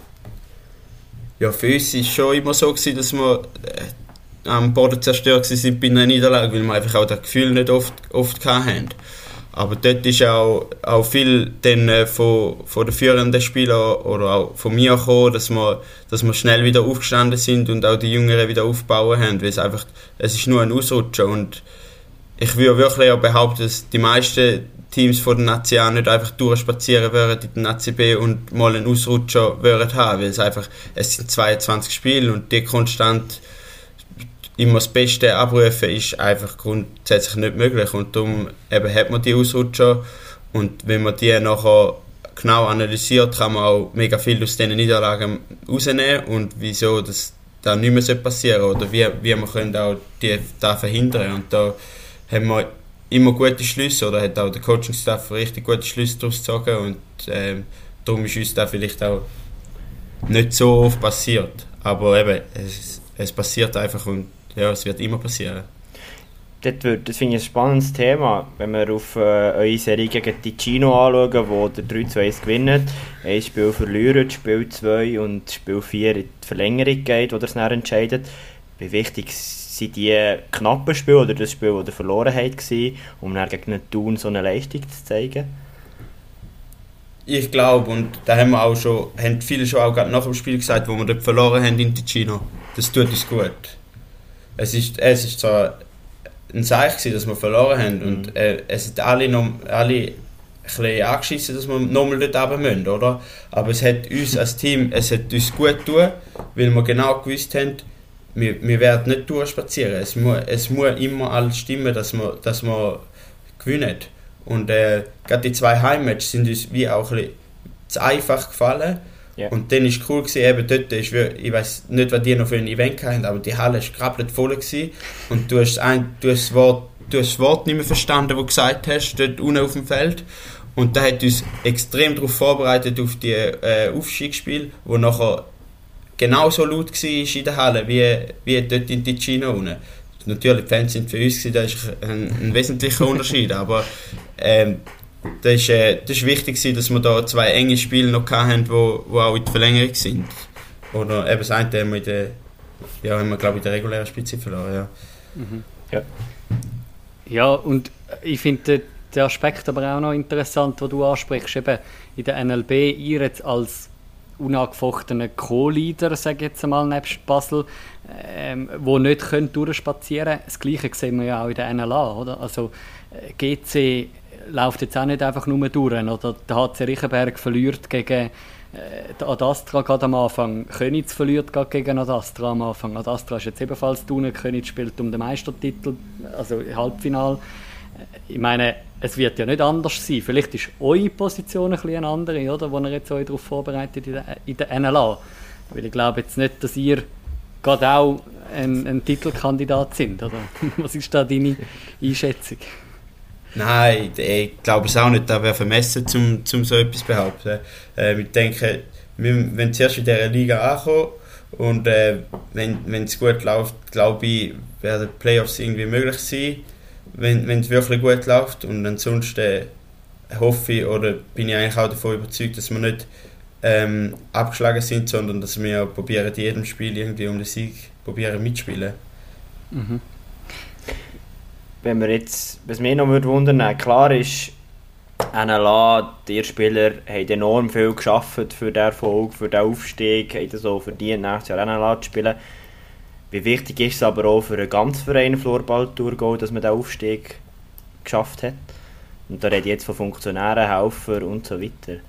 Ja, für uns war es schon immer so, gewesen, dass wir äh, am Boden zerstört waren bei einer Niederlage, weil wir einfach auch das Gefühl nicht oft, oft hatten. Aber dort ist auch, auch viel dann, äh, von, von den führenden Spielern oder auch von mir gekommen, dass wir, dass wir schnell wieder aufgestanden sind und auch die Jüngeren wieder aufbauen haben, weil es einfach, es ist nur ein Ausrutscher und ich würde wirklich auch behaupten, dass die meisten Teams von der Nazi A nicht einfach durchspazieren würden in der Nazi B und mal einen Ausrutscher würden haben, weil es einfach, es sind zweiundzwanzig Spiele und die konstant immer das Beste abrufen ist einfach grundsätzlich nicht möglich und darum eben hat man die Ausrutscher und wenn man die nachher genau analysiert, kann man auch mega viel aus diesen Niederlagen rausnehmen und wieso das dann nicht mehr passieren soll oder wie, wie man können auch die da verhindern und da haben wir immer gute Schlüsse oder hat auch der Coaching-Staff richtig gute Schlüsse daraus gezogen und ähm, darum ist uns das vielleicht auch nicht so oft passiert. Aber eben, es, es passiert einfach und ja, es wird immer passieren. Das, wird, das finde ich ein spannendes Thema, wenn wir auf äh, eure Serie gegen Ticino anschauen, wo der drei zu eins gewinnt, ein Spiel verlieren, Spiel zwei und Spiel vier in die Verlängerung geht, wo ihr es dann entscheidet. Wie wichtig sind die knappen Spiele oder das Spiel, das ihr verloren habt, um dann gegen einen Thun so eine Leistung zu zeigen? Ich glaube, und da haben wir auch schon, haben viele schon auch gerade nach dem Spiel gesagt, wo wir dort verloren haben in Ticino, das tut uns gut. Es ist, es ist zwar ein Zeichen, dass wir verloren haben mhm. und äh, es sind alle, noch, alle ein bisschen angeschissen, dass wir nochmal dort runter müssen, oder? Aber es hat uns als Team, es hat uns gut getan, weil wir genau gewusst haben, wir, wir werden nicht durchspazieren. Es muss, es muss immer alles stimmen, dass wir, dass wir gewinnen. Und äh, gerade die zwei Heimmatches sind uns wie auch ein bisschen zu einfach gefallen. Yeah. Und dann war es cool, gewesen, eben dort ist, ich weiß nicht, was die noch für ein Event hatten, aber die Halle war gerade voll gewesen. Und du hast, ein, du, hast das Wort, du hast das Wort nicht mehr verstanden, das du gesagt hast, dort unten auf dem Feld. Und das hat uns extrem darauf vorbereitet, auf die äh, Aufstiegsspiele, wo nachher genauso laut war in der Halle, wie, wie dort in Ticino unten. Natürlich, die Fans sind für uns, das ist ein, ein wesentlicher Unterschied, aber ähm, das ist, äh, das ist wichtig, dass wir da zwei enge Spiele noch hatten, die wo, wo auch in der Verlängerung sind. Oder eben das eine haben wir in der, ja, haben wir, glaube ich, in der regulären Spitze verloren. Ja, mhm. ja. ja und ich finde den Aspekt aber auch noch interessant, den du ansprichst, eben in der N L B, ihr jetzt als unangefochtener Co-Leader, sage ich jetzt einmal, nebst Basel, ähm, wo nicht können durchspazieren können. Das Gleiche sehen wir ja auch in der N L A, oder? Also äh, G C läuft jetzt auch nicht einfach nur durch, oder der H C Riechenberg verliert gegen äh, Ad-Astra gerade am Anfang, Königs verliert gerade gegen Ad-Astra am Anfang, Ad-Astra ist jetzt ebenfalls unten, Königs spielt um den Meistertitel, also Halbfinale. Ich meine, es wird ja nicht anders sein. Vielleicht ist eure Position ein bisschen eine andere, oder, wo ihr jetzt euch darauf vorbereitet in der, in der N L A. Weil ich glaube jetzt nicht, dass ihr gerade auch ein, ein Titelkandidat sind, oder? Was ist da deine Einschätzung? Nein, ich glaube es auch nicht. Da wäre vermessen, um zum so etwas zu behaupten. Äh, ich denke, wir wollen zuerst in dieser Liga ankommen und äh, wenn es gut läuft, glaube ich, werden die Playoffs irgendwie möglich sein. Wenn, wenn es wirklich gut läuft und ansonsten äh, hoffe ich oder bin ich eigentlich auch davon überzeugt, dass wir nicht ähm, abgeschlagen sind, sondern dass wir auch probieren, in jedem Spiel irgendwie um den Sieg probieren mitspielen. Mhm. Wenn wir jetzt, was mich noch wundern würde, klar ist, N L A, die Spieler haben enorm viel geschafft für den Erfolg, für den Aufstieg, haben so verdient, nächstes Jahr N L A zu spielen. Wie wichtig ist es aber auch für einen ganzen Verein Floorball-Thurgau, dass man den Aufstieg geschafft hat? Und da rede ich jetzt von Funktionären, Helfern und so weiter.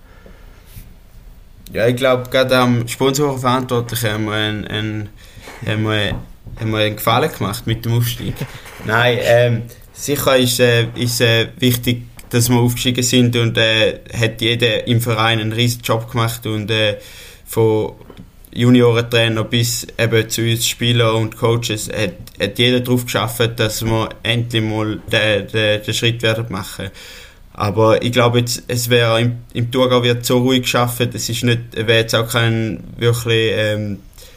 Ja, ich glaube, gerade am Sponsorenverantwortlichen haben wir einen, einen, haben wir, haben wir einen Gefallen gemacht mit dem Aufstieg. Nein, ähm, sicher ist es äh, ist, äh, wichtig, dass wir aufgestiegen sind und äh, hat jeder im Verein einen riesen Job gemacht und äh, von Juniorentrainer bis eben zu uns Spieler und Coaches hat, hat jeder darauf geschafft, dass wir endlich mal den, den, den Schritt werden machen. Aber ich glaube, jetzt, es wäre im, im Thurgau wird so ruhig geschafft, es ist nicht, wäre jetzt auch kein wirklich, ähm,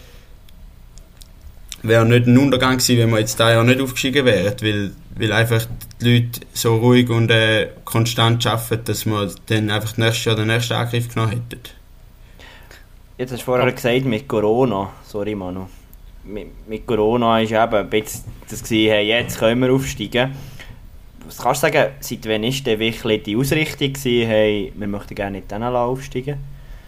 wäre nicht ein Untergang gewesen, wenn wir jetzt da Jahr nicht aufgestiegen wären, weil, weil einfach die Leute so ruhig und äh, konstant arbeiten, dass wir dann einfach nächstes Jahr den nächsten Angriff genommen hätten. Jetzt hast du vorher gesagt, mit Corona, sorry Manu, mit, mit Corona war eben ein bisschen das gewesen, hey, jetzt können wir aufsteigen. Was kannst du sagen, seit wann war denn wirklich die Ausrichtung gewesen, hey, wir möchten gerne nicht dann aufsteigen?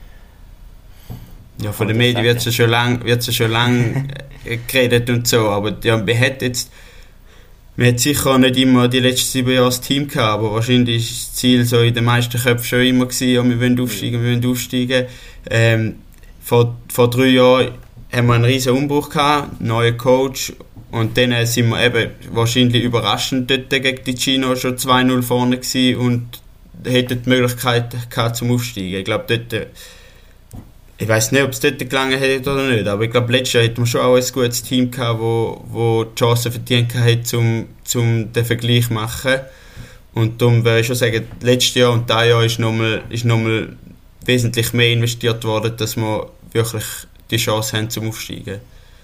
Ja, von den Medien wird es ja schon lange ja lang geredet und so, aber ja, wir hat jetzt wir hat sicher nicht immer die letzten sieben Jahre das Team gehabt, aber wahrscheinlich war das Ziel so in den meisten Köpfen schon immer gewesen, ja, wir wollen aufsteigen, wir wollen aufsteigen. Ähm, Vor, vor drei Jahren haben wir einen riesen Umbruch gehabt, neuer Coach und dann sind wir eben wahrscheinlich überraschend dort gegen Ticino schon zwei null vorne gewesen und hätten die Möglichkeit gehabt zum Aufsteigen. Ich glaube, dort ich weiß nicht, ob es dort gelangen hätte oder nicht, aber ich glaube, letztes Jahr hatten wir schon auch ein gutes Team gehabt, wo, wo die Chance verdient hat, um, um den Vergleich zu machen. Und darum würde ich schon sagen, letztes Jahr und dieses Jahr ist nochmal, ist nochmal wesentlich mehr investiert worden, dass wir wirklich die Chance haben zum Aufsteigen.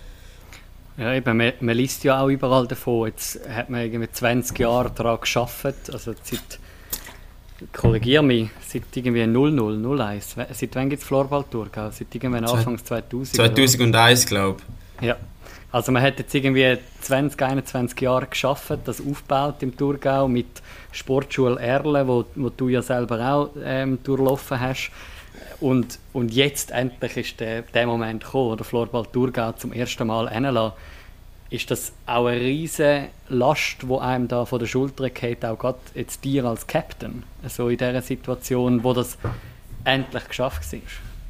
Ja, eben, man, man liest ja auch überall davon. Jetzt hat man irgendwie zwanzig Jahre daran gearbeitet, also seit, korrigiere mich, seit irgendwie null null, null eins. Seit wann gibt es Floorball-Thurgau? Seit irgendwann Anfang zweitausend? zweitausendeins, glaube ich. Ja, also man hat jetzt irgendwie zwanzig, einundzwanzig Jahre gearbeitet, das aufgebaut im Thurgau mit Sportschule Erle, wo, wo du ja selber auch ähm, durchlaufen hast. Und, und jetzt endlich ist der, der Moment gekommen, wo der Floorball Thurgau zum ersten Mal hinlassen. Ist das auch eine riesige Last, die einem da von der Schulter geht, auch gerade jetzt dir als Captain, so in dieser Situation, wo das endlich geschafft war?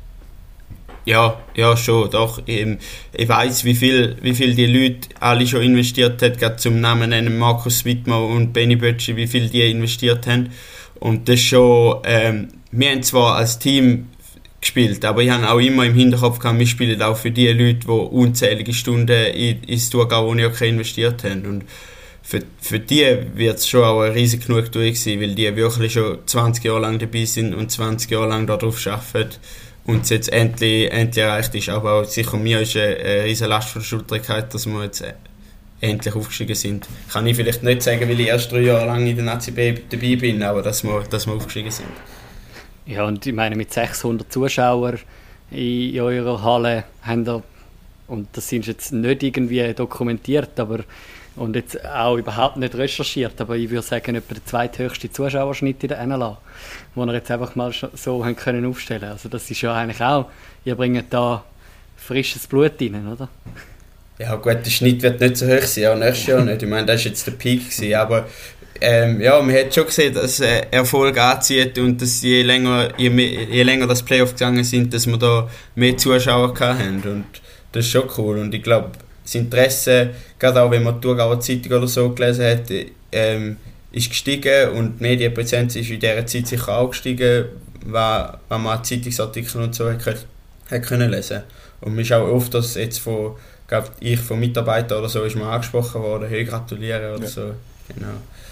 Ja, ja, schon, doch. Ich, ich weiss, wie viel, wie viel die Leute alle schon investiert haben, gerade zum Namen nennen, Markus Wittmer und Benny Bötschi, wie viel die investiert haben. Und das schon, ähm, wir haben zwar als Team gespielt, aber ich habe auch immer im Hinterkopf gehabt, wir spielen auch für die Leute, die unzählige Stunden in, ins Thurgau Uni Hockey investiert haben. Und für, für die wird es schon auch eine riesige Genugtuung sein, weil die wirklich schon zwanzig Jahre lang dabei sind und zwanzig Jahre lang darauf arbeiten und es jetzt endlich, endlich erreicht ist. Aber auch sicher mir ist eine, eine riesige Last von der Schulter gefallen, dass wir jetzt endlich aufgestiegen sind. Kann ich vielleicht nicht sagen, weil ich erst drei Jahre lang in der Nazi B dabei bin, aber dass wir, dass wir aufgestiegen sind. Ja, und ich meine, mit sechshundert Zuschauern in, in eurer Halle haben ihr, und das sind jetzt nicht irgendwie dokumentiert, aber und jetzt auch überhaupt nicht recherchiert, aber ich würde sagen, etwa der zweithöchste Zuschauerschnitt in der N L A, den wir jetzt einfach mal so haben können aufstellen. Also das ist ja eigentlich auch, ihr bringt da frisches Blut rein, oder? Ja gut, der Schnitt wird nicht so hoch sein, auch nächstes Jahr nicht. Ich meine, das war jetzt der Peak gewesen, aber ähm, ja, man hat schon gesehen, dass äh, Erfolg anzieht und dass je länger, je, mehr, je länger das Playoff gegangen sind, dass wir da mehr Zuschauer hatten und das ist schon cool und ich glaube, das Interesse, gerade auch wenn man die Thurgauer Zeitung oder so gelesen hat, ähm, ist gestiegen und die Medienpräsenz ist in dieser Zeit sicher auch gestiegen, weil, weil man Zeitungsartikel und so hat, hat können lesen. Und mir ist auch oft, dass jetzt von, glaub, ich von Mitarbeitern oder so ist mir angesprochen worden, hey, gratulieren oder ja. So. Genau.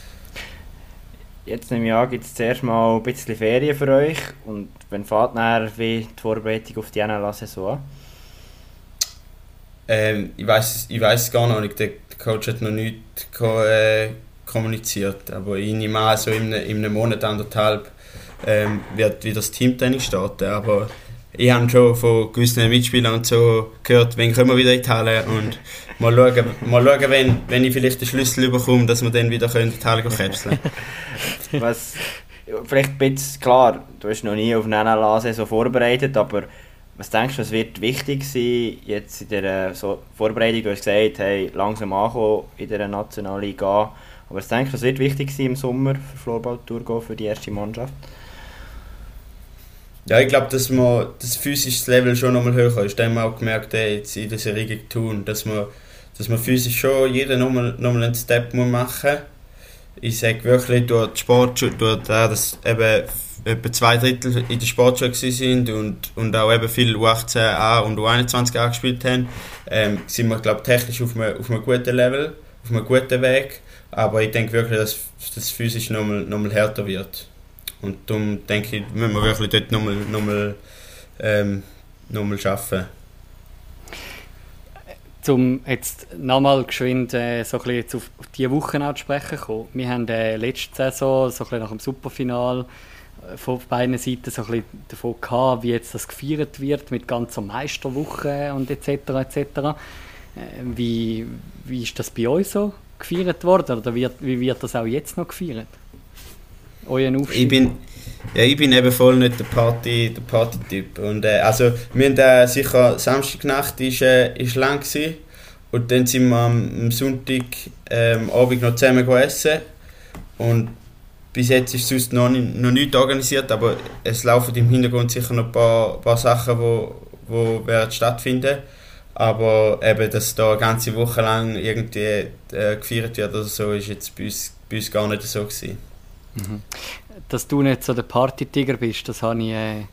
Jetzt im Jahr gibt es zuerst mal ein bisschen Ferien für euch und wann fährt nachher wie die Vorbereitung auf die N L A-Saison an? Ähm, ich weiß ich weiß gar noch nicht, der, der Coach hat noch nichts ko- äh, kommuniziert, aber ich nehme an, so in, in einem Monat, anderthalb ähm, wird wieder das Teamtraining starten, aber ich habe schon von gewissen Mitspielern und so gehört, wann kommen wir wieder in die Halle und mal schauen, mal schauen wenn, wenn ich vielleicht den Schlüssel bekomme, dass wir dann wieder in die Halle käpseln können. Was, vielleicht ein bisschen klar, du hast noch nie auf eine N L A-Saison vorbereitet, aber was denkst du, was wird wichtig sein jetzt in der so Vorbereitung? Du hast gesagt, hey, langsam ankommen in der Nationalliga. Aber was denkst du, was wird wichtig sein im Sommer für Floorball Thurgau für die erste Mannschaft? Ja, ich glaube, dass man das physische Level schon nochmal höher ist. Das haben wir auch gemerkt, hey, jetzt in der Serie gegen Thun, dass man, dass man physisch schon jeder nochmal, nochmal einen Step machen muss. Ich sage wirklich, durch die Sportschule, durch das, dass eben etwa zwei Drittel in der Sportschule sind und, und auch eben viele U achtzehn A und U einundzwanzig A gespielt haben, ähm, sind wir, glaube ich, technisch auf einem, auf einem guten Level, auf einem guten Weg. Aber ich denke wirklich, dass das physisch nochmal, nochmal härter wird. Und darum denke ich, müssen wir wirklich dort nochmal, nochmal, ähm, nochmal arbeiten. Um jetzt nochmal geschwind äh, so ein bisschen jetzt auf diese Wochen auch zu sprechen kommen. Wir haben äh, letzte Saison so ein bisschen nach dem Superfinal von beiden Seiten so ein bisschen davon gehabt, wie jetzt das gefeiert wird mit ganzer Meisterwoche und et cetera et cetera. Äh, wie, wie ist das bei euch so gefeiert worden oder wird, wie wird das auch jetzt noch gefeiert? Euren Aufstieg? Ich bin, ja, ich bin eben voll nicht der Party, der Party-Typ. Und, äh, also, wir haben äh, sicher Samstagnacht ist, äh, ist lang gewesen. Und dann sind wir am, am Sonntag ähm, Abend noch zusammen essen. Und bis jetzt ist sonst noch, nicht, noch nichts organisiert, aber es laufen im Hintergrund sicher noch ein paar, paar Sachen, die wo, wo werden stattfinden. Aber eben, dass da eine ganze Woche lang irgendwie äh, gefeiert wird oder so, ist jetzt bei uns, bei uns gar nicht so gewesen. Mhm. Dass du nicht so der Party-Tiger bist, das habe ich, äh,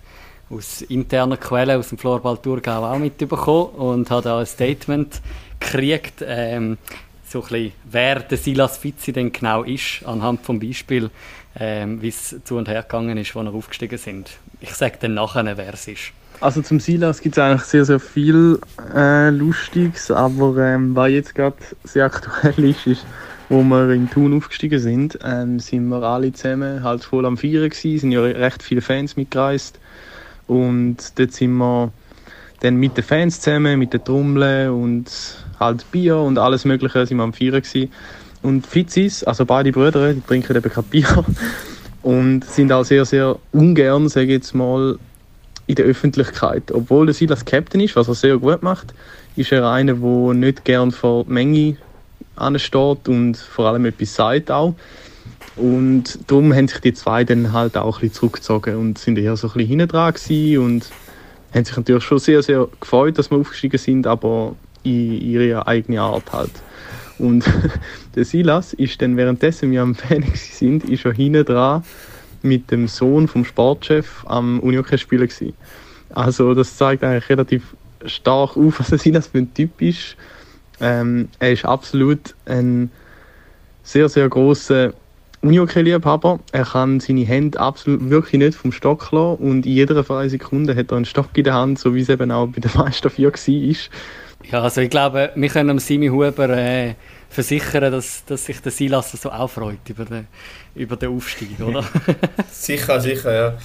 aus interner Quelle, aus dem Floorball Thurgau auch mitbekommen und habe da ein Statement gekriegt, ähm, so ein bisschen, wer der Silas Fitzi denn genau ist, anhand vom Beispiel, ähm, wie es zu und her gegangen ist, als er aufgestiegen sind. Ich sage dann nachher, wer es ist. Also zum Silas gibt es eigentlich sehr, sehr viel äh, Lustiges, aber ähm, was jetzt gerade sehr aktuell ist, ist, wo wir in Thun aufgestiegen sind, ähm, sind wir alle zusammen halt voll am Feiern gewesen, sind ja recht viele Fans mitgereist und dort sind wir dann mit den Fans zusammen, mit den Trommeln und halt Bier und alles Mögliche sind wir am Feiern gewesen. Und Fitzis, also beide Brüder, die trinken eben kein Bier und sind auch sehr, sehr ungern, sage ich jetzt mal, in der Öffentlichkeit. Obwohl der Silas Captain ist, was er sehr gut macht, ist er einer, der nicht gern vor die Menge ansteht und vor allem etwas sagt auch. Und darum haben sich die zwei dann halt auch ein bisschen zurückgezogen und sind eher so ein bisschen hinten dran gewesen und haben sich natürlich schon sehr, sehr gefreut, dass wir aufgestiegen sind, aber in ihrer eigenen Art halt. Und der Silas ist dann, währenddessen wir am Fan sind, ist er hinten dran mit dem Sohn vom Sportchef am Unihockey spielen gewesen. Also das zeigt eigentlich relativ stark auf, was der Silas für ein Typ ist. Ähm, er ist absolut ein sehr, sehr grosser Unihockey-Liebhaber. Er kann seine Hände absolut wirklich nicht vom Stock lassen und in jeder freien Sekunde hat er einen Stock in der Hand, so wie es eben auch bei den meisten vier war. Ja, also ich glaube, wir können am Simi Huber äh, versichern, dass, dass sich der Silas so auch freut über den, über den Aufstieg, oder? Sicher, sicher, ja.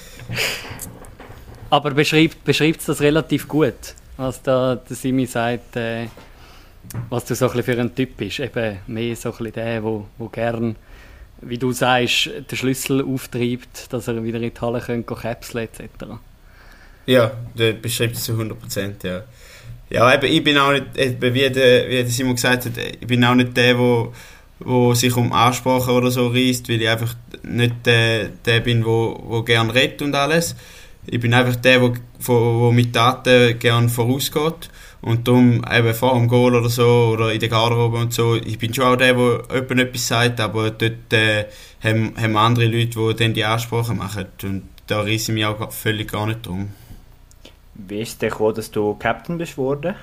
Aber beschreibt beschreibt es das relativ gut, was da der Simi sagt, äh, was du so ein bisschen für ein Typ bist. Eben mehr so ein bisschen der, wo, wo gern, wie du sagst, den Schlüssel auftreibt, dass er wieder in die Halle könnte, käpseln et cetera. Ja, der beschreibt es zu hundert Prozent, ja. Ja, eben, ich bin auch nicht, eben, wie, der, wie der Simon gesagt hat, ich bin auch nicht der, wo, wo sich um Ansprache oder so reisst, weil ich einfach nicht der, der bin, wo, wo gern redet und alles. Ich bin einfach der, wo, wo, wo mit Daten gern vorausgeht. Und darum eben vor dem Goal oder so, oder in der Garderobe und so, ich bin schon auch der, der jemand etwas sagt, aber dort äh, haben, haben andere Leute, die dann die Ansprache machen. Und da reisse ich mich auch völlig gar nicht drum. Wie ist es denn gekommen, dass du Captain bist worden?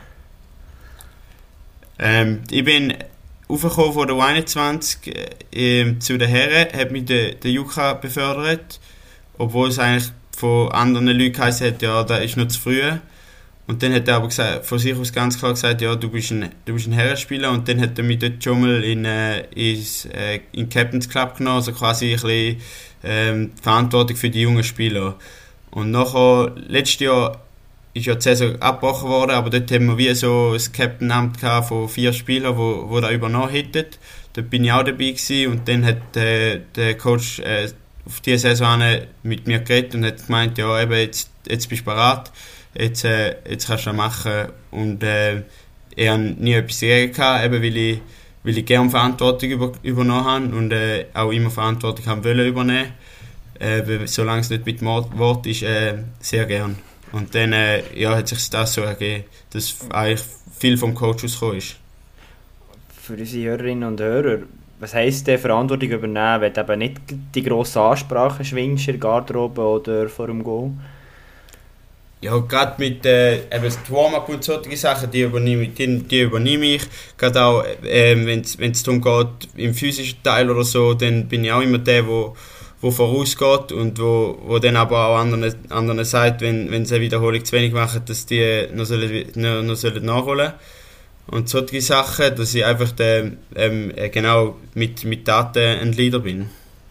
Ähm, ich bin aufgekommen von der U einundzwanzig äh, zu den Herren, hat mich der, der Juka befördert, obwohl es eigentlich von anderen Leuten geheißen hat, ja, das ist noch zu früh. Und dann hat er aber gesagt, von sich aus ganz klar gesagt, ja, du bist ein, du bist ein Herrenspieler. Und dann hat er mich dort schon mal in äh, ins, äh, in Captain's Club genommen, also quasi ein bisschen ähm, Verantwortung für die jungen Spieler. Und nachher, letztes Jahr, ist ja die Saison abgebrochen worden, aber dort haben wir wie so ein Captain-Amt von vier Spielern, wo, wo da übernommen hätten. Dort bin ich auch dabei gewesen und dann hat äh, der Coach äh, auf diese Saison mit mir geredet und hat gemeint, ja, eben, jetzt, jetzt bist du bereit, jetzt, äh, jetzt kannst du das machen. Und äh, er hat nie etwas dagegen gehabt, eben weil ich, weil ich gerne Verantwortung über, übernommen habe und äh, auch immer Verantwortung haben wollen übernehmen. Äh, solange es nicht mit Wort ist, äh, sehr gern. Und dann äh, ja, hat sich das so ergeben, dass eigentlich viel vom Coach ausgekommen ist. Für unsere Hörerinnen und Hörer, was heisst denn Verantwortung übernehmen, wenn du eben nicht die grossen Ansprachen schwingst in der Garderobe oder vor dem Goal? Ja, gerade mit äh, eben das Warm-up und solche Sachen, die übernehme, die, die übernehme ich. Gerade auch, äh, wenn es darum geht, im physischen Teil oder so, dann bin ich auch immer der, der wo vorausgeht und wo, wo dann aber auch anderen, anderen sagt, wenn, wenn sie eine Wiederholung zu wenig machen, dass die noch, sollen, noch, noch sollen nachholen. Und solche Sachen, dass ich einfach der, ähm, genau mit, mit Daten ein Leader bin.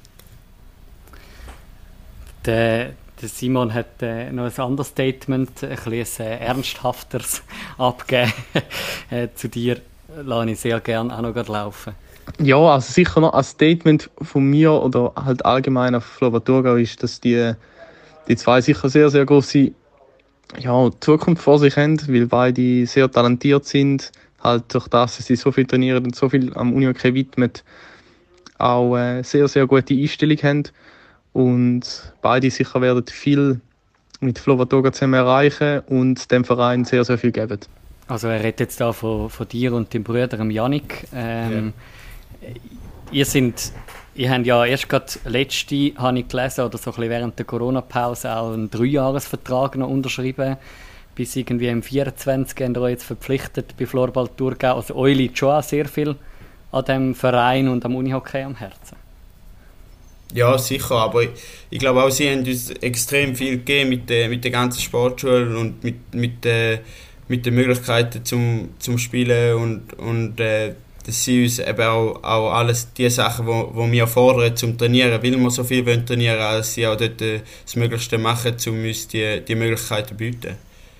Der, der Simon hat äh, noch ein anderes Statement, ein bisschen ein ernsthafteres abgegeben. äh, zu dir lasse ich sehr gerne auch noch laufen. Ja, also sicher noch ein Statement von mir oder halt allgemein auf Floorball Thurgau ist, dass die, die zwei sicher sehr, sehr grosse ja, Zukunft vor sich haben, weil beide sehr talentiert sind, halt durch das, dass sie so viel trainieren und so viel am Unihockey widmen, auch äh, sehr, sehr gute Einstellung haben und beide sicher werden viel mit Floorball Thurgau zusammen erreichen und dem Verein sehr, sehr viel geben. Also er redet jetzt da von, von dir und dem Bruder, dem Yannick. Ähm, ja. Ihr seid Ich habe ja erst gerade letzte, habe ich gelesen, oder so ein bisschen während der Corona-Pause auch einen Dreijahresvertrag noch unterschrieben. Bis irgendwie im vierundzwanzig haben wir jetzt verpflichtet bei Floorball Thurgau. Also euch liegt schon auch sehr viel an dem Verein und am Unihockey am Herzen. Ja, sicher, aber ich, ich glaube auch, sie haben uns extrem viel gegeben mit der, mit der ganzen Sportschule und mit, mit, der, mit den Möglichkeiten zum, zum Spielen und, und äh, dass sie uns eben auch, auch alles die Sachen, die wo, wo wir fordern zum Trainieren, weil wir so viel wollen trainieren, dass sie auch dort äh, das Möglichste machen, um uns die, die Möglichkeiten zu bieten.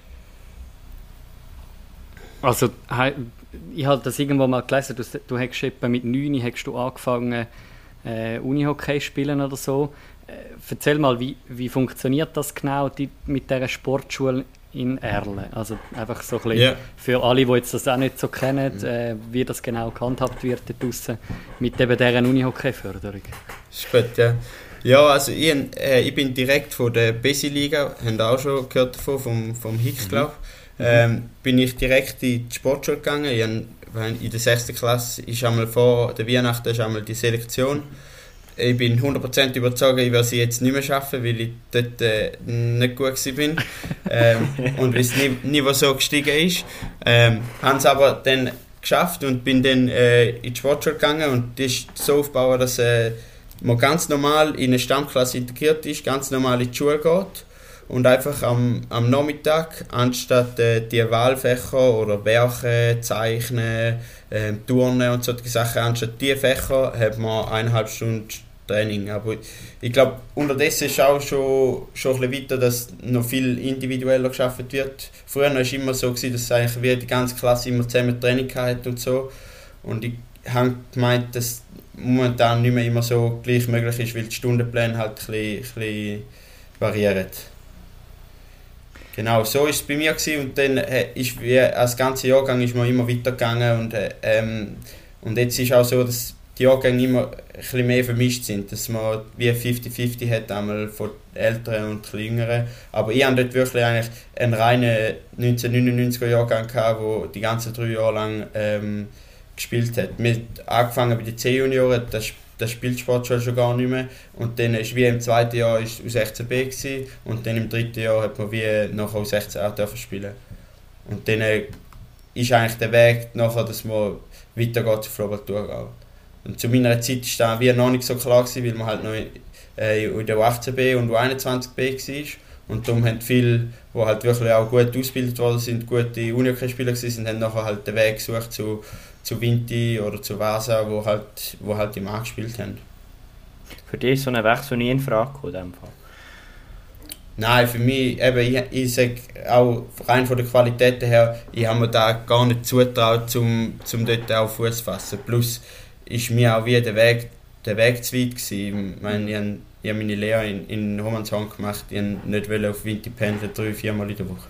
Also, ich habe das irgendwo mal gelesen, du, du hast etwa mit neun hast du angefangen äh, Unihockey spielen oder so. Äh, erzähl mal, wie, wie funktioniert das genau die, mit dieser Sportschule in Erlen? Also einfach so ein bisschen yeah. für alle, die jetzt das auch nicht so kennen, mhm. äh, wie das genau gehandhabt wird dort draussen mit eben dieser Unihockey-Förderung. Ist gut, ja. Ja, also ich, äh, ich bin direkt von der Besi-Liga, haben auch schon gehört davon, vom, vom Hick, glaube ich. Ähm, bin ich direkt in die Sportschule gegangen. Ich hab, in der sechsten Klasse ist einmal vor der Weihnachten ist einmal die Selektion. Ich bin hundert Prozent überzeugt, ich werde sie jetzt nicht mehr schaffen, weil ich dort äh, nicht gut war. ähm, und weil das Niveau so gestiegen ist. Ähm, habe es aber dann geschafft und bin dann äh, in die Sportschule gegangen und die ist so aufgebaut, dass äh, man ganz normal in eine Stammklasse integriert ist, ganz normal in die Schule geht. Und einfach am, am Nachmittag, anstatt äh, die Wahlfächer oder Werken, Zeichnen, äh, Turnen und solche Sachen, anstatt die Fächer hat man eineinhalb Stunden Training. Aber ich glaube, unterdessen ist auch schon, schon ein bisschen weiter, dass noch viel individueller geschaffen wird. Früher war es immer so, gewesen, dass eigentlich wie die ganze Klasse immer zusammen Training hatte und so. Und ich habe gemeint, dass momentan nicht mehr immer so gleich möglich ist, weil die Stundenpläne halt ein bisschen, ein bisschen variieren. Genau, so war es bei mir gewesen. Und dann äh, ist wie als ganze Jahrgang ist man immer weitergegangen und, äh, ähm, und jetzt ist auch so, dass die Jahrgänge immer ein bisschen mehr vermischt sind, dass man wie fünfzig fünfzig hat, einmal von Älteren und Jüngeren. Aber ich hatte dort wirklich eigentlich einen reinen neunzehnhundertneunundneunziger Jahrgang gehabt, der die ganzen drei Jahre lang ähm, gespielt hat. Wir haben angefangen bei den C-Junioren, das Das spielt Sportschule schon gar nicht mehr. Und dann ist wie im zweiten Jahr ist U sechzehn B gewesen, und dann im dritten Jahr hat man wie nachher U sechzehn A dürfen spielen. Und dann ist eigentlich der Weg nachher, dass man weitergeht zu Floorball Thurgau. Und zu meiner Zeit war das wie noch nicht so klar gewesen, weil man halt noch in der U achtzehn B und U einundzwanzig B war. Und darum haben viele, die halt wirklich auch gut ausgebildet worden sind, gute Unihockey-Spieler waren, haben nachher halt den Weg gesucht zu zu Vinti oder zu Vasa, wo halt, wo halt im A gespielt haben. Für dich ist so ein Wechsel nie in Frage gekommen, in dem Fall? Nein, für mich, eben, ich, ich sage auch rein von der Qualität her, ich habe mir da gar nicht zugetraut, um zum dort auch Fuß zu fassen. Plus ist mir auch wie der Weg, der Weg zu weit gewesen. Ich meine, ich habe, ich habe meine Lehre in, in Romanshorn gemacht, ich wollte nicht auf Vinti pendeln, drei, viermal in der Woche.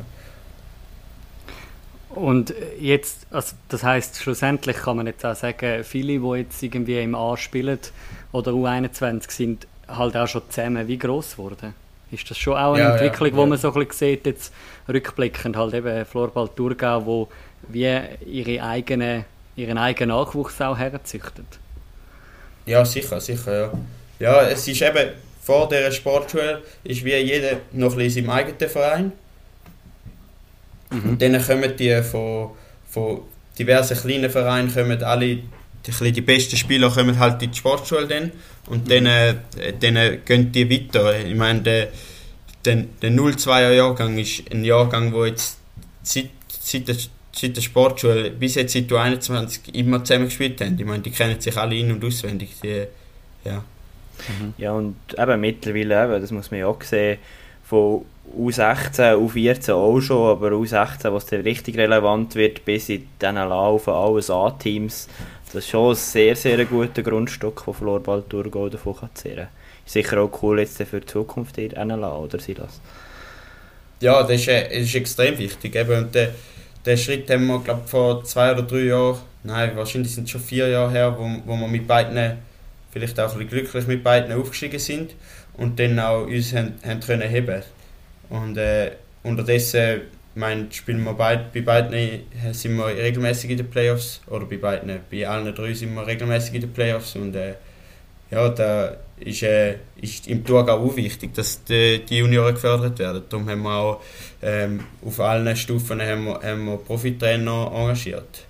Und jetzt, also das heisst, schlussendlich kann man jetzt auch sagen, viele, die jetzt irgendwie im A spielen oder U einundzwanzig sind, halt auch schon zusammen wie gross geworden. Ist das schon auch eine ja, Entwicklung, ja, ja. wo man so ein bisschen sieht, jetzt rückblickend halt eben Floorball Thurgau, wo wie ihre eigene, ihren eigenen Nachwuchs auch herzüchtet? Ja, sicher, sicher, ja. Ja, es ist eben, vor dieser Sportschule ist wie jeder noch ein bisschen in seinem eigenen Verein. Mhm. Und dann kommen die von, von diversen kleinen Vereinen, kommen alle, die, die besten Spieler kommen halt in die Sportschule dann, und mhm. dann, äh, dann gehen die weiter. Ich meine, der, der, der null zwei er Jahrgang ist ein Jahrgang, wo jetzt seit, seit, der, seit der Sportschule bis jetzt seit U einundzwanzig immer zusammen gespielt haben. Ich meine, die kennen sich alle in- und auswendig. Die, ja. Mhm. Ja, und eben mittlerweile, eben, das muss man ja auch sehen, von U sechzehn, U vierzehn auch schon, aber U sechzehn, was dann richtig relevant wird, bis in diesen Laufen, alles A-Teams, das ist schon ein sehr, sehr guter Grundstock, den Floorball Thurgau davon kann zehren. Ist sicher auch cool jetzt für die Zukunft hier hinzulassen, oder Silas? Ja, das ist, das ist extrem wichtig. Eben. Und den, den Schritt haben wir, glaube ich, vor zwei oder drei Jahren, nein, wahrscheinlich sind es schon vier Jahre her, wo, wo wir mit beiden, vielleicht auch ein bisschen glücklich mit beiden aufgestiegen sind und dann auch uns haben, haben können heben. Und äh, unterdessen, mein, spielen wir beid, bei beiden sind wir regelmäßig in den Playoffs, oder bei beiden, bei allen drei sind wir regelmäßig in den Playoffs, und äh, ja, da ist, äh, ist im Thurgau auch wichtig, dass die, die Junioren gefördert werden. Darum haben wir auch ähm, auf allen Stufen haben wir, haben wir Profitrainer engagiert.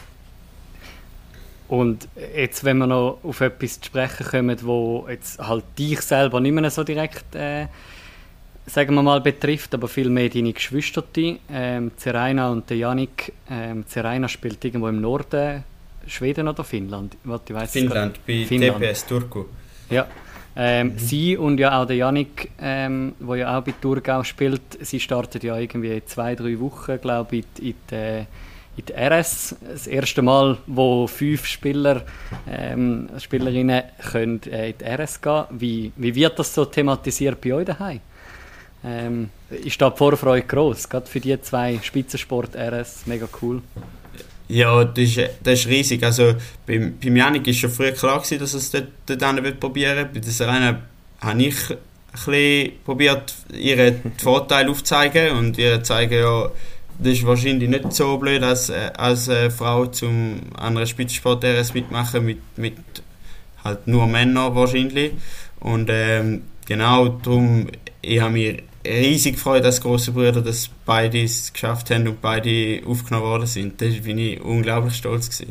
Und jetzt, wenn wir noch auf etwas zu sprechen kommen, wo jetzt halt dich selber nicht mehr so direkt, äh, sagen wir mal, betrifft, aber vielmehr deine Geschwister, ähm, Zeraina und der Yannick. Ähm, Zeraina spielt irgendwo im Norden, Schweden oder Finnland? Ich weiss Finnland, bei Finnland. T P S Turku. Ja. Ähm, Mhm. Sie und ja auch der Yannick, ähm, der ja auch bei Thurgau spielt, sie startet ja irgendwie zwei, drei Wochen, glaube ich, in die, in die R S. Das erste Mal, wo fünf Spieler, ähm, Spielerinnen können, äh, in die R S gehen. Wie, wie wird das so thematisiert bei euch daheim? Ähm, ist da die Vorfreude gross? Gerade für die zwei Spitzensport-R S, mega cool. Ja, das ist, das ist riesig. Also, beim, beim Yannick war schon früher klar gewesen, dass er es dort, dort probieren will. Bei der Serena habe ich ein bisschen probiert, ihr die Vorteile aufzuzeigen und ihr zeigen, ja, das ist wahrscheinlich nicht so blöd, als, als äh, Frau zum anderen Spitzensport-R S mitmachen, mit, mit halt nur Männern wahrscheinlich. Und ähm, genau darum, ich habe mich riesig gefreut, dass grosse Brüder das beide es geschafft haben und beide aufgenommen worden sind. Da bin ich unglaublich stolz gewesen.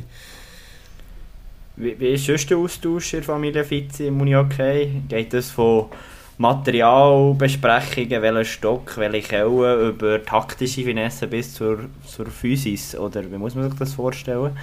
Wie, wie ist sonst der Austausch in der Familie Fitzi im Unihockey? Geht das von Materialbesprechungen, welchen Stock, welche Kelle, über taktische Finesse bis zur, zur Physis? Oder wie muss man sich das vorstellen?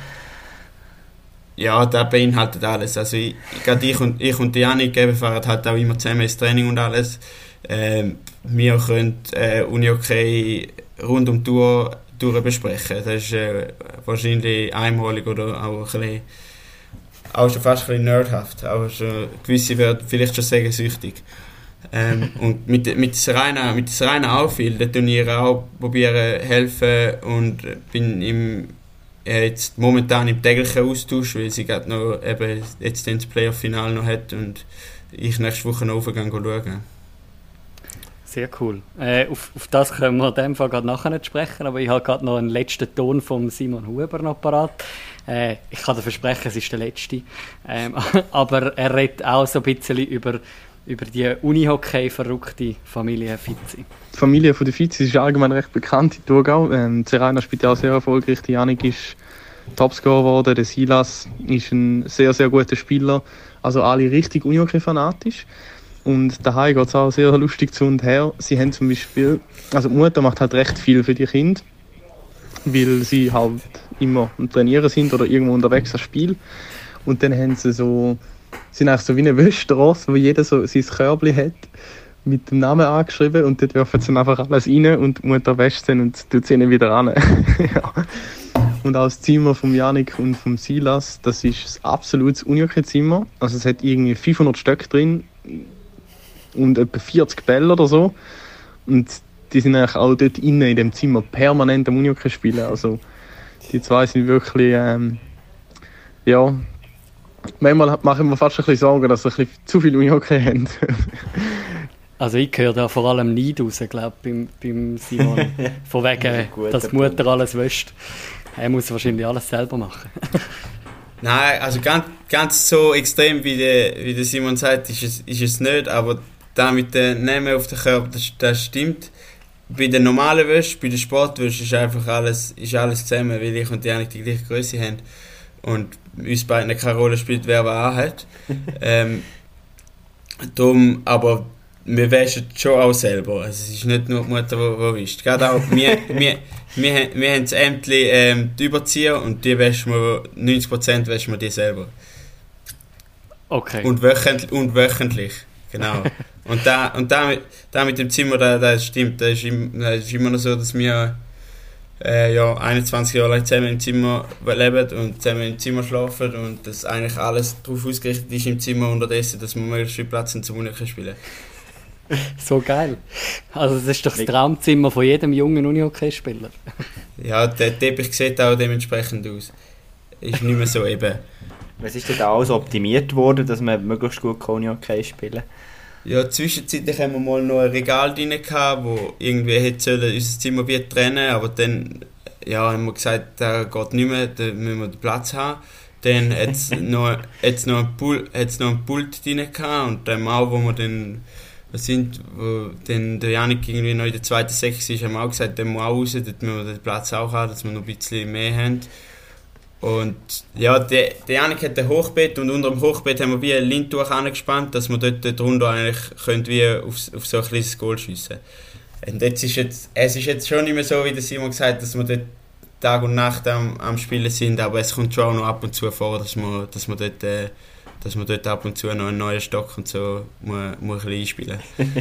Ja, das beinhaltet alles. Also ich, gerade ich und, ich und die Janik fahren halt auch immer zusammen ins Training und alles. Ähm, wir können äh, Unihockey rund um die Tour durch besprechen. Das ist äh, wahrscheinlich einmalig oder auch ein bisschen, auch schon fast ein bisschen nerdhaft. Auch schon, gewisse werden vielleicht schon sagen, süchtig. Ähm, und mit, mit Serena, mit Serena auch viel. Da tun ich auch probieren helfen und bin im, äh, jetzt momentan im täglichen Austausch, weil sie gerade noch eben jetzt das Playoff-Final noch hat und ich nächste Woche noch raufgehen schauen. Sehr cool. Äh, auf, auf das können wir in dem Fall gerade nachher nicht sprechen, aber ich habe gerade noch einen letzten Ton von Simon Huber noch parat. Äh, ich kann dir versprechen, es ist der letzte. Ähm, aber er redet auch so ein bisschen über, über die Unihockey-verrückte Familie Fitzi. Die Familie von der Fitzi ist allgemein recht bekannt in Thurgau. Ähm, Zeraina spielt ja auch sehr erfolgreich. Der Yannick ist Topscorer geworden. Der Silas ist ein sehr, sehr guter Spieler. Also alle richtig Unihockey-fanatisch. Und daheim geht es auch sehr lustig zu und her. Sie haben zum Beispiel, also die Mutter macht halt recht viel für die Kinder, weil sie halt immer am Trainieren sind oder irgendwo unterwegs am Spiel. Und dann haben sie so, sind eigentlich so wie eine Wäschstrasse, wo jeder so sein Körbchen hat, mit dem Namen angeschrieben und dort werfen sie dann einfach alles rein und die Mutter wäscht sie und tut sie ihnen wieder an. Ja. Und auch das Zimmer von Yannick und vom Silas, das ist ein absolutes Unihockey-Zimmer. Also es hat irgendwie fünfhundert Stück drin und etwa vierzig Bälle oder so. Und die sind eigentlich auch dort innen in dem Zimmer permanent am Unihockey spielen. Also die zwei sind wirklich, ähm, ja, manchmal machen wir fast ein bisschen Sorgen, dass sie ein bisschen zu viel Unihockey haben. Also ich höre da vor allem Neid raus, glaube ich, beim, beim Simon. Von wegen, dass die Mutter alles wäscht. Er muss wahrscheinlich alles selber machen. Nein, also ganz, ganz so extrem, wie der, wie der Simon sagt, ist es, ist es nicht, aber da mit den Namen auf den Körper, das, das stimmt. Bei der normalen Wäsche, bei der Sportwäsche ist einfach alles, ist alles zusammen, weil ich und die eigentlich die gleiche Größe haben und uns beiden keine Rolle spielt, wer was anhat. ähm, darum, aber wir wäschen schon auch selber. Also es ist nicht nur die Mutter, die wäscht. Gerade auch, wir, wir, wir, haben, wir haben das Ämtli, ähm, die Überzieher und die wäschen wir, neunzig Prozent wäschen wir die selber. Okay. Und wöchentlich, und wöchentlich, genau. Und da, und da, mit, da mit dem Zimmer, da, das stimmt. Das ist, im, das ist immer noch so, dass wir äh, ja, einundzwanzig Jahre lang zusammen im Zimmer leben und zusammen im Zimmer schlafen und dass eigentlich alles darauf ausgerichtet ist im Zimmer unterdessen, dass wir möglichst viel Platz haben, zum Unihockey spielen. So geil. Also das ist doch das Traumzimmer von jedem jungen Unihockey-Spieler. Ja, der Teppich sieht auch dementsprechend aus. Ist nicht mehr so eben. Was ist denn da alles optimiert worden, dass man möglichst gut Unihockey spielen kann? Ja, zwischenzeitlich haben wir mal noch ein Regal drin gehabt, wo irgendwie hätte sollen unser Zimmer wie trennen, aber dann ja, haben wir gesagt, das geht nicht mehr, da müssen wir den Platz haben. Dann hat es noch, hat's noch ein Pult, hat's noch ein Pult drin gehabt und dann auch, wo wir dann, was sind, wo dann der Janik irgendwie noch in der zweiten Sechse ist, haben wir auch gesagt, der muss auch raus, dort müssen wir den Platz auch haben, dass wir noch ein bisschen mehr haben. Und ja, der, der Janik hat ein Hochbett und unter dem Hochbett haben wir wie ein Lindtuch angespannt, dass wir dort drunter eigentlich können wie auf, auf so ein kleines Goal schiessen. Und jetzt ist jetzt, es ist jetzt schon nicht mehr so, wie der Simon gesagt hat, dass wir dort Tag und Nacht am, am Spielen sind, aber es kommt schon auch noch ab und zu vor, dass man, dass man, dort, äh, dass man dort ab und zu noch einen neuen Stock und so muss, muss ein bisschen einspielen.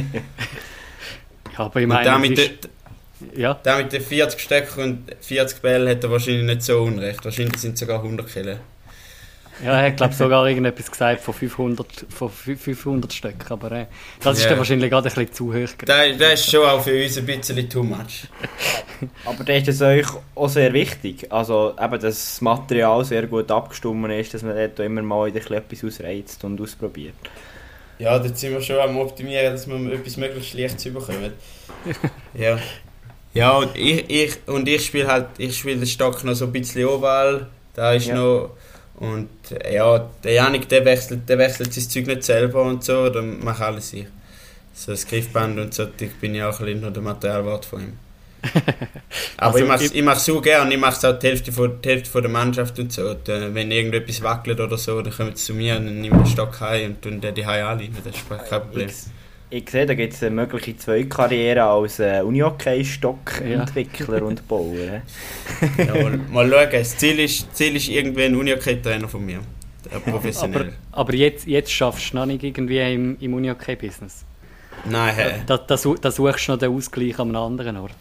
Ja, aber ich meine, damit, ist, ja. der mit den vierzig Stöcken und vierzig Bällen hat er wahrscheinlich nicht so unrecht. Wahrscheinlich sind es sogar hundert Kilo. Ja, er hat glaube sogar irgendetwas gesagt von fünfhundert, von fünfhundert Stück, aber äh, das ist ja. dann wahrscheinlich gerade ein bisschen zu hoch. Das, das ist schon auch für uns ein bisschen too much. Aber das ist es euch auch sehr wichtig, also eben, dass das Material sehr gut abgestimmt ist, dass man dort immer mal wieder etwas ausreizt und ausprobiert. Ja, dort sind wir schon am Optimieren, dass wir etwas möglichst Leichtes bekommen. Ja. Ja, und ich, ich, und ich spiele halt, ich spiele den Stock noch so ein bisschen oval, da ist ja. noch... Und ja, der Janik, der wechselt, der wechselt sein Zeug nicht selber und so, dann mache alles ich. So das Griffband und so, ich bin ja auch ein bisschen noch der Materialwart von ihm. Aber also, ich mache es so gerne, ich mache es auch die Hälfte, von, die Hälfte von der Mannschaft und so. Und, äh, wenn irgendetwas wackelt oder so, dann kommen sie zu mir und dann nehme ich den Stock heim und dann die heim anlegen, das ist kein Problem. Ich, ich sehe, da gibt es eine mögliche zwei Karrieren als äh, Unihockey-Stock-Entwickler ja. und Bauer. Ja, mal, mal schauen, das Ziel ist, das Ziel ist irgendwie ein Unihockey-Trainer von mir, professionell. Aber, aber jetzt, jetzt schaffst du noch nicht irgendwie im, im Unihockey-Business? Nein. Hey. Da, da, da suchst du noch den Ausgleich an einem anderen Ort?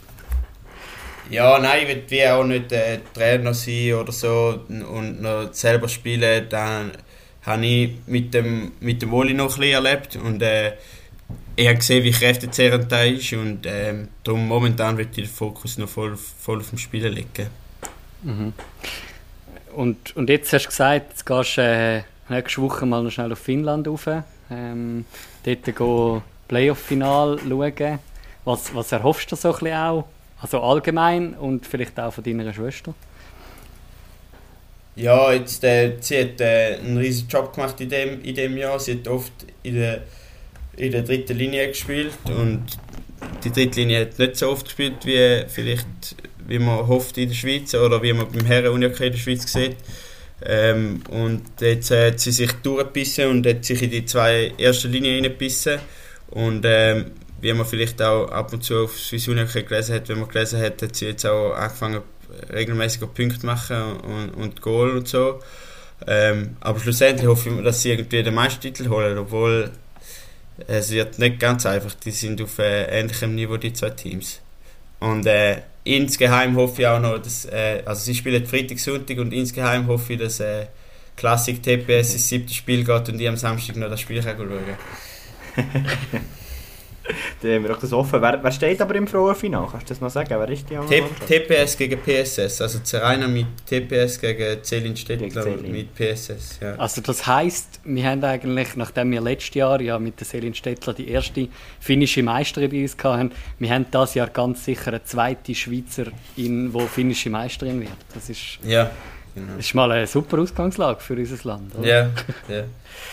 Ja, nein, ich will wie auch nicht äh, Trainer sein oder so und noch selber spielen. Dann habe ich mit dem, mit dem Oli noch ein bisschen erlebt und äh, ich habe gesehen, wie kräftezehrend das ist und äh, darum momentan will ich den Fokus noch voll, voll auf dem Spielen legen. Mhm. Und, und jetzt hast du gesagt, jetzt gehst du äh, nächste Woche mal noch schnell auf Finnland rauf, ähm, dort gehen Playoff-Final schauen. Was, was erhoffst du so ein bisschen auch? Also allgemein und vielleicht auch von deiner Schwester? Ja, jetzt, äh, sie hat äh, einen riesigen Job gemacht in dem, in dem Jahr. Sie hat oft in der, in der dritten Linie gespielt und die dritte Linie hat nicht so oft gespielt, wie vielleicht wie man hofft in der Schweiz oder wie man beim Herren-Unihockey in der Schweiz sieht. Ähm, und jetzt äh, hat sie sich durchgebissen und hat sich in die zwei ersten Linien reingebissen. Und ähm, wie man vielleicht auch ab und zu auf Swiss Unihockey gelesen hat, wenn man gelesen hat, hat sie jetzt auch angefangen, regelmäßig Punkte zu machen und, und Goal und so. Ähm, aber schlussendlich hoffe ich, dass sie irgendwie den Meistertitel holen, obwohl es wird nicht ganz einfach. Die sind auf äh, ähnlichem Niveau, die zwei Teams. Und äh, insgeheim hoffe ich auch noch, dass, äh, also sie spielen Freitag, Sonntag und insgeheim hoffe ich, dass äh, Classic T P S ins siebte Spiel geht und ich am Samstag noch das Spiel schauen kann. Dann haben wir doch das offen. Wer, wer steht aber im Frauenfinale? Kannst du das noch sagen? Wer ist die andere Mannschaft? T P S gegen P S S. Also Zeraina mit T P S gegen Zelin Stettler mit P S S. Ja. Also das heisst, wir haben eigentlich, nachdem wir letztes Jahr ja mit der Zelin Stettler die erste finnische Meisterin bei uns hatten, wir haben dieses Jahr ganz sicher eine zweite Schweizerin, die finnische Meisterin wird. Das ist, ja, genau. Das ist mal eine super Ausgangslage für unser Land. Oder? Ja, ja.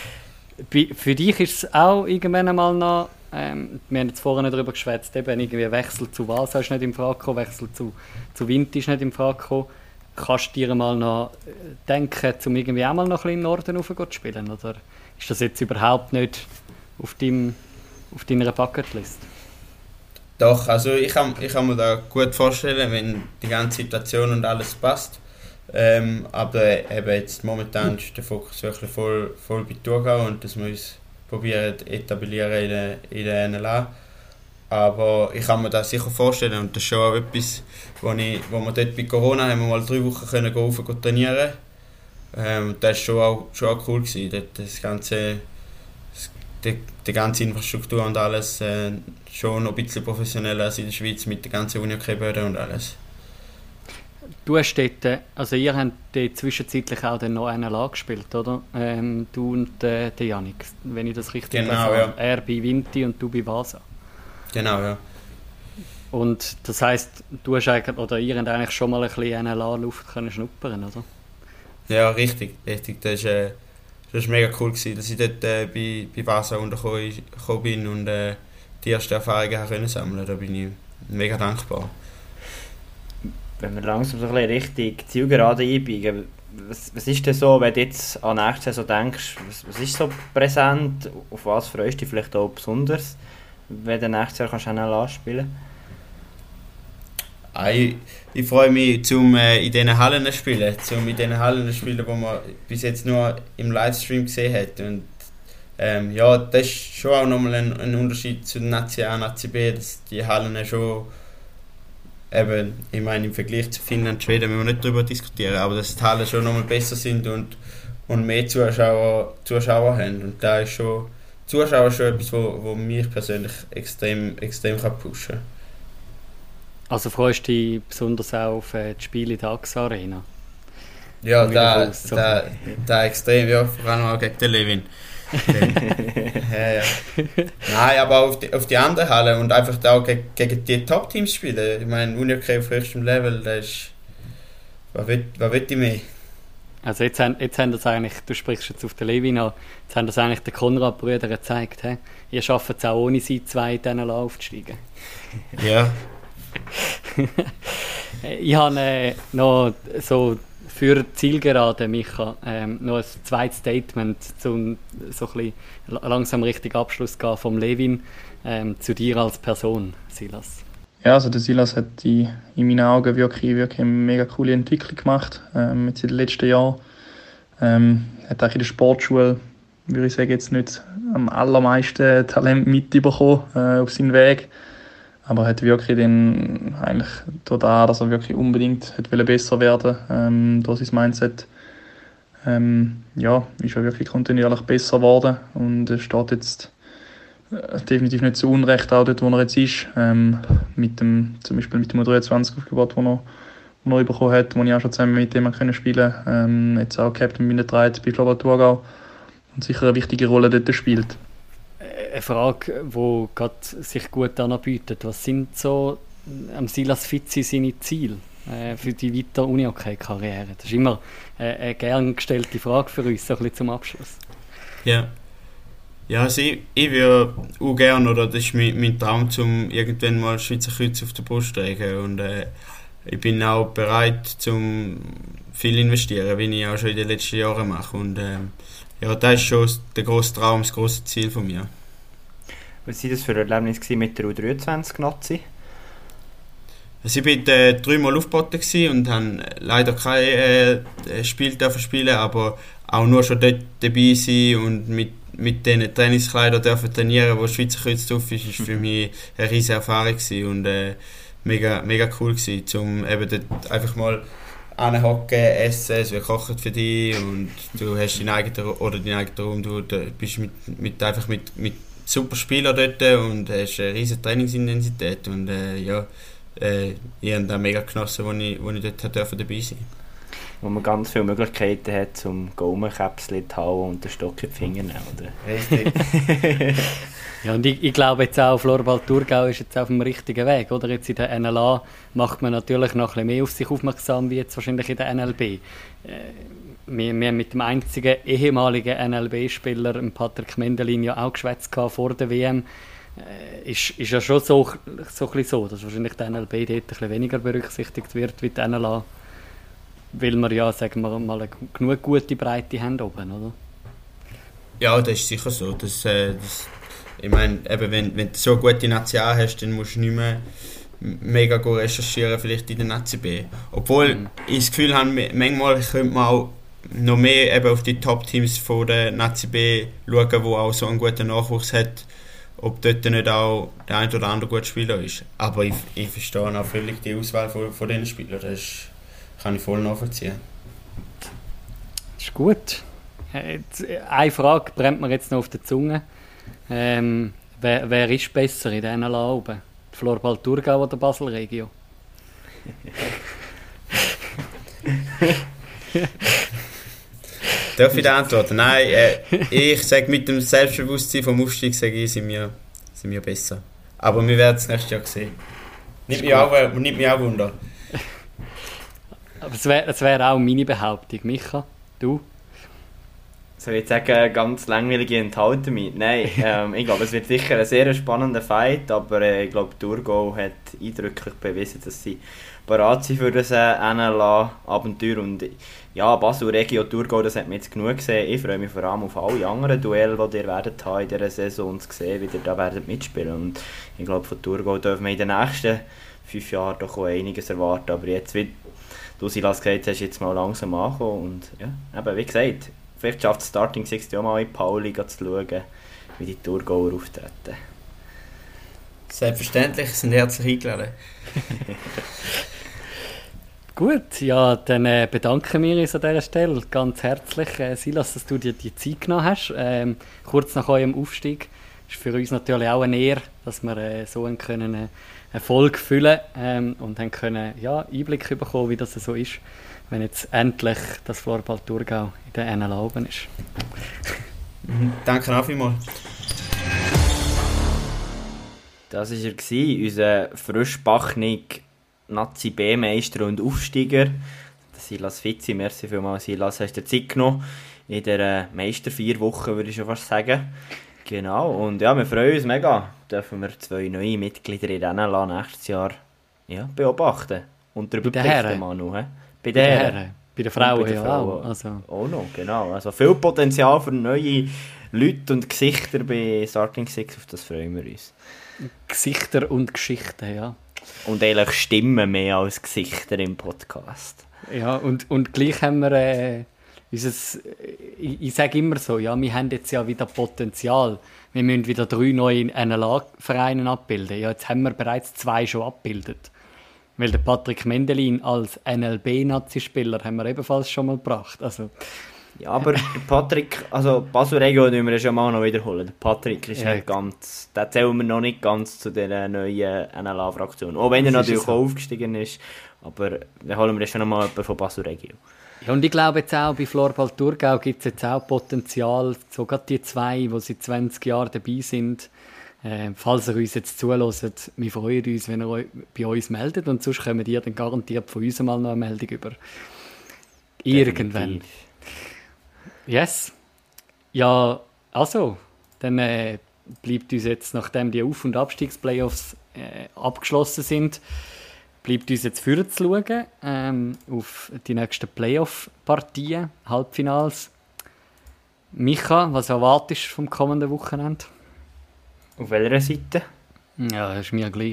Für dich ist es auch irgendwann einmal noch, ähm, wir haben jetzt vorhin darüber geschwätzt, eben irgendwie Wechsel zu Vasa ist nicht in Frage gekommen, Wechsel zu, zu Vinti ist nicht in Frage gekommen. Kannst du dir mal noch denken, um irgendwie auch mal noch ein bisschen im Norden rauf zu spielen? Oder ist das jetzt überhaupt nicht auf, deinem, auf deiner Bucketlist? Doch, also ich kann, ich kann mir das gut vorstellen, wenn die ganze Situation und alles passt. Ähm, aber eben jetzt momentan ist der Fokus wirklich voll, voll bei Thurgau und dass wir uns probieren etablieren in der, in der N L A. Aber ich kann mir das sicher vorstellen und das ist schon auch etwas, wo, ich, wo wir dort bei Corona haben wir mal drei Wochen können rauf und trainieren. Ähm, das war schon auch, schon auch cool gewesen, dort das ganze, das, die, die ganze Infrastruktur und alles äh, schon noch ein bisschen professioneller als in der Schweiz mit der ganzen Unihockey-Böden und alles. Du hast dort, also ihr habt dort zwischenzeitlich auch dann noch N L A gespielt, oder? Ähm, du und äh, der Janik, wenn ich das richtig genau, weiß. Ja. Er bei Vinti und du bei Vasa. Genau, ja. Und das heisst, du hast eigentlich, oder ihr habt eigentlich schon mal ein bisschen N L A-Luft können schnuppern, oder? Ja, richtig, richtig. Das ist, äh, das ist mega cool gewesen, dass ich dort äh, bei, bei Barca untergekommen bin und äh, die ersten Erfahrungen haben können sammeln. Da bin ich mega dankbar. Wenn wir langsam so ein bisschen Richtung Zielgerade einbiegen, was, was ist denn so, wenn du jetzt an nächste Saison denkst, was, was ist so präsent, auf was freust du dich vielleicht auch besonders, wenn du nächstes Jahr kannst N L A spielen kannst? Ich, ich freue mich, zum äh, in diesen Hallen zu spielen, zum in diesen Hallen zu spielen, die man bis jetzt nur im Livestream gesehen hat. Und, ähm, ja, das ist schon auch nochmal ein, ein Unterschied zu den Nazi A und Nazi B, dass die Hallen schon, eben, ich meine, im Vergleich zu Finnland und Schweden müssen wir nicht darüber diskutieren, aber dass die Hallen schon nochmal besser sind und, und mehr Zuschauer, Zuschauer haben. Und da ist schon, Zuschauer schon etwas, wo, wo mich persönlich extrem, extrem kann pushen kann. Also freust du dich besonders auch auf äh, die Spiele in der A X A Arena? Ja, da, da, da extrem, ja, vor allem auch gegen den Levin. ja, ja. Nein, aber auf die, auf die andere Halle und einfach da auch gegen, gegen die Top-Teams spielen. Ich meine, Unihockey auf höchstem Level, das ist. Was will, was will ich mehr? Also jetzt haben, jetzt haben das eigentlich, du sprichst jetzt auf den Levin an, jetzt haben das eigentlich den Konrad-Brüdern gezeigt. He? Ihr schafft es auch ohne sie zwei in diesen aufzusteigen. Ja. Ich habe äh, noch so für die Zielgerade, Micha, ähm, noch ein zweites Statement zum so ein bisschen langsam richtig Abschluss gehen vom Levin ähm, zu dir als Person, Silas. Ja, also der Silas hat die, in meinen Augen wirklich, wirklich eine mega coole Entwicklung gemacht ähm, jetzt in den letzten Jahren. Ähm, hat auch in der Sportschule, würde ich sagen, jetzt nicht am allermeisten Talent mitbekommen äh, auf seinen Weg. Aber er hat wirklich den, eigentlich total, dass er wirklich unbedingt hat besser werden ähm, durch sein Mindset. Ähm, ja, ist er wirklich kontinuierlich besser geworden und er steht jetzt äh, definitiv nicht zu Unrecht auch dort, wo er jetzt ist. Ähm, mit dem, zum Beispiel mit dem U dreiundzwanzig Aufgebot, das er, er bekommen hat, wo ich auch schon zusammen mit ihm können spielen konnte. Ähm, jetzt auch Captain mit der drei bei Florida Thurgau und sicher eine wichtige Rolle dort spielt. Eine Frage, die gerade sich gut anbietet. Was sind so am Silas Fitzi seine Ziele äh, für die weitere Unihockey-Karriere? Das ist immer äh, eine gern gestellte Frage für uns, so ein bisschen zum Abschluss. Ja, ja also ich, ich würde auch gerne, oder das ist mein, mein Traum, um irgendwann mal Schweizer Kreuz auf der Brust zu tragen. Und äh, ich bin auch bereit, zum viel investieren, wie ich auch schon in den letzten Jahren mache. Und äh, ja, das ist schon der grosse Traum, das grosse Ziel von mir. Was war das für ein Erlebnis mit der U dreiundzwanzig-Nazi? Also ich war äh, dreimal aufgeboten und habe leider kein äh, Spiel dürfen spielen, aber auch nur schon dort dabei sein und mit, mit diesen Trainingskleidern dürfen trainieren, wo Schweizer Kreuz drauf ist, ist für mich eine riesige Erfahrung gewesen und äh, mega, mega cool gewesen, um eben dort einfach mal anhocken, essen, es wird gekocht für dich und du hast deinen eigenen, oder deinen eigenen Raum, du, du bist mit, mit, einfach mit, mit super Spieler dort und hast eine riesige Trainingsintensität und äh, ja, äh, ich habe das mega genossen, als ich, als ich dort dabei sein durfte. Wo man ganz viele Möglichkeiten hat, zum Gaumenkäpsel zu hauen und den Stock in die Finger nehmen, oder? Richtig. Ja, und ich, ich glaube jetzt auch, Florbal Thurgau ist jetzt auf dem richtigen Weg, oder? Jetzt in der N L A macht man natürlich noch ein bisschen mehr auf sich aufmerksam, wie jetzt wahrscheinlich in der N L B. Äh, wir, wir haben mit dem einzigen ehemaligen N L B-Spieler, Patrick Mendelin, ja auch geschwätzt vor der W M. Äh, ist, ist ja schon so, so ein bisschen so, dass wahrscheinlich der N L B dort ein bisschen weniger berücksichtigt wird wie die N L A. Weil wir ja, sagen wir mal, eine genug gute Breite haben oben, oder? Ja, das ist sicher so. Das, äh, das, ich meine, eben, wenn, wenn du so eine gute Nazi A hast, dann musst du nicht mehr mega recherchieren, vielleicht in der Nazi B. Obwohl mhm. ich das Gefühl habe, manchmal könnte man auch noch mehr eben auf die Top-Teams von der Nazi B schauen, die auch so einen guten Nachwuchs hat, ob dort nicht auch der ein oder andere gute Spieler ist. Aber ich, ich verstehe auch völlig die Auswahl von, von diesen Spielern. Das ist, kann ich voll nachvollziehen. Das ist gut. Eine Frage brennt mir jetzt noch auf der Zunge. Ähm, wer, wer ist besser in der N L A oben? Florbal Thurgau oder Basel Regio? Darf ich da antworten? Nein, äh, ich sage mit dem Selbstbewusstsein vom Aufstieg, sage ich, sind wir, sind wir besser. Aber wir werden es nächstes Jahr sehen. Nimmt mich auch, nimmt mich auch Wunder. Aber es wäre wär auch meine Behauptung, Micha. Du? Soll ich jetzt sagen, ganz langweilige enthalten mich? Nein, ähm, ich glaube, es wird sicher ein sehr spannender Fight, aber äh, ich glaube, Thurgau hat eindrücklich bewiesen, dass sie bereit sind für das äh, N L A-Abenteuer. Und ja, Basel, Regio, Thurgau, das hat man jetzt genug gesehen. Ich freue mich vor allem auf alle anderen Duelle, die ihr werdet haben in dieser Saison, und zu sehen, wie ihr da werdet mitspielen. Und ich glaube, von Thurgau dürfen wir in den nächsten fünf Jahren doch auch einiges erwarten. Aber jetzt, wie du Silas gesagt hast, jetzt mal langsam ankommen. Und ja, eben, wie gesagt, vielleicht schafft es Starting Six auch mal in Pauli zu schauen, wie die Thurgauer auftreten. Selbstverständlich, sind herzlich eingeladen. Gut, ja, dann äh, bedanken wir uns an dieser Stelle ganz herzlich, äh, Silas, dass du dir die Zeit genommen hast. Ähm, kurz nach eurem Aufstieg ist für uns natürlich auch eine Ehre, dass wir äh, so einen können, äh, eine Folge füllen ähm, und haben können, ja, Einblick bekommen, wie das so ist, wenn jetzt endlich das Floorball Thurgau in der N L A oben ist. Mhm. Danke auch vielmals. Das war er, unser frischbachnig Nazi-B-Meister und Aufsteiger, Silas Fitzi. Merci vielmals, Silas, hast du dir Zeit genommen in der Meister vier Wochen, würde ich schon fast sagen. Genau, und ja, wir freuen uns mega, dürfen wir zwei neue Mitglieder in N L A nächstes Jahr ja, beobachten. Und darüber berichten, Manu. He? Bei den Herren. Bei den Frauen, bei den ja Frauen. auch. Also. Auch noch, genau. Also viel Potenzial für neue Leute und Gesichter bei Starting Six, auf das freuen wir uns. Gesichter und Geschichten, ja. Und eigentlich Stimmen mehr als Gesichter im Podcast. Ja, und, und gleich haben wir äh, unser, ich, ich sage immer so, ja, wir haben jetzt ja wieder Potenzial. Wir müssen wieder drei neue N L A-Vereine abbilden. Ja, jetzt haben wir bereits zwei schon abgebildet. Weil der Patrick Mendelin als N L B-Nazi-Spieler haben wir ebenfalls schon mal gebracht. Also, ja, aber der Patrick, also Basel Regio müssen wir schon mal noch wiederholen. Der Patrick ist ja. nicht ganz, den zählen wir noch nicht ganz zu der neuen N L A-Fraktion. Auch wenn er natürlich so. auch aufgestiegen ist, aber dann holen wir schon noch mal jemanden von Basel Regio. Ja, und ich glaube jetzt auch, bei Floorball Thurgau gibt es jetzt auch Potenzial, sogar die zwei, die seit zwanzig Jahren dabei sind. Äh, falls ihr uns jetzt zuhört, wir freuen uns, wenn ihr euch bei uns meldet, und sonst kommen ihr dann garantiert von uns mal noch eine Meldung über. Irgendwann. Definitiv. Yes. Ja, also, dann äh, bleibt uns jetzt, nachdem die Auf- und Abstiegsplayoffs äh, abgeschlossen sind, bleibt uns jetzt vorher zu schauen ähm, auf die nächsten Playoff-Partien, Halbfinals. Micha, was erwartest du vom kommenden Wochenende? Auf welcher Seite? Ja, das ist mir gleich.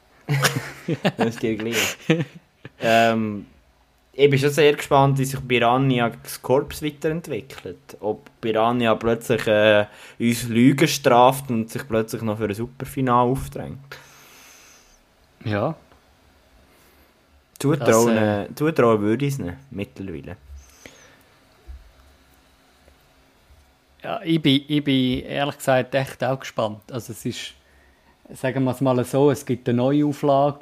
Das ist dir gleich. ähm, ich bin schon sehr gespannt, wie sich Piranha das Korps weiterentwickelt. Ob Piranha plötzlich äh, uns Lügen straft und sich plötzlich noch für ein Superfinale aufdrängt. Ja. Zutrauen, das, äh, zutrauen würde ich es nicht, mittlerweile. Ja, ich bin, ich bin ehrlich gesagt echt auch gespannt. Also es ist, sagen wir es mal so, es gibt eine neue Auflage.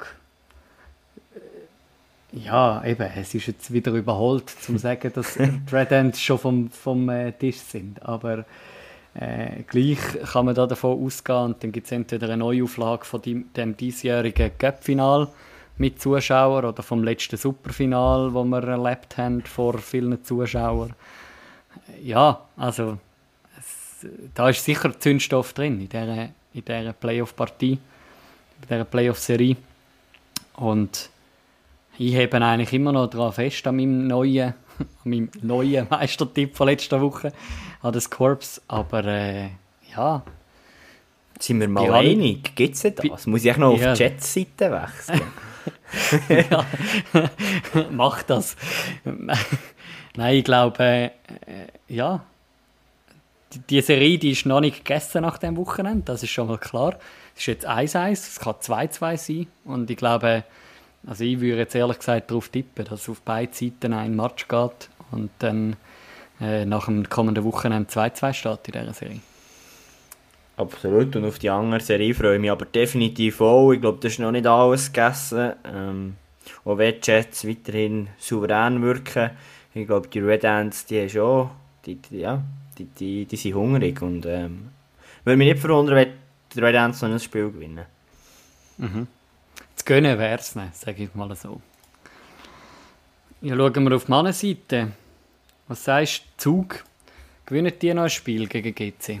Ja, eben, es ist jetzt wieder überholt, zum zu sagen, dass die Red Ends schon vom, vom äh, Tisch sind. Aber äh, gleich kann man da davon ausgehen, und dann gibt es entweder eine neue Auflage von dem, dem diesjährigen Cup-Final mit Zuschauern oder vom letzten Superfinal, das wir erlebt haben, vor vielen Zuschauern. Ja, also da ist sicher Zündstoff drin in dieser, in dieser Playoff-Partie, in dieser Playoff-Serie. Und ich hebe eigentlich immer noch daran fest, an meinem neuen, an meinem neuen Meistertipp von letzter Woche, an das Korps. Aber äh, ja. Sind wir mal einig? Gibt es das? Muss ich auch noch ja. auf die Chat-Seite wechseln? Ja, mach das. Nein, ich glaube, äh, ja. Die, die Serie die ist noch nicht gegessen nach dem Wochenende, das ist schon mal klar. Es ist jetzt eins eins, es kann zwei zwei sein. Und ich glaube, also ich würde jetzt ehrlich gesagt darauf tippen, dass auf beiden Seiten ein Match geht und dann äh, nach dem kommenden Wochenende zwei zwei steht in dieser Serie. Absolut, und auf die andere Serie freue ich mich aber definitiv auch. Ich glaube, das ist noch nicht alles gegessen. Ähm, auch wenn die Jets weiterhin souverän wirken. Ich glaube, die Red Ants, die haben schon, die, die, ja, die, die, die sind hungrig. Und ähm, würde mich nicht verwundern, wenn die Red Ants noch ein Spiel gewinnen. Mhm. Zu gönnen wäre es nicht, sage ich mal so. Ja, schauen wir auf die Mannenseite. Was sagst du, Zug? Gewinnen die noch ein Spiel gegen G C?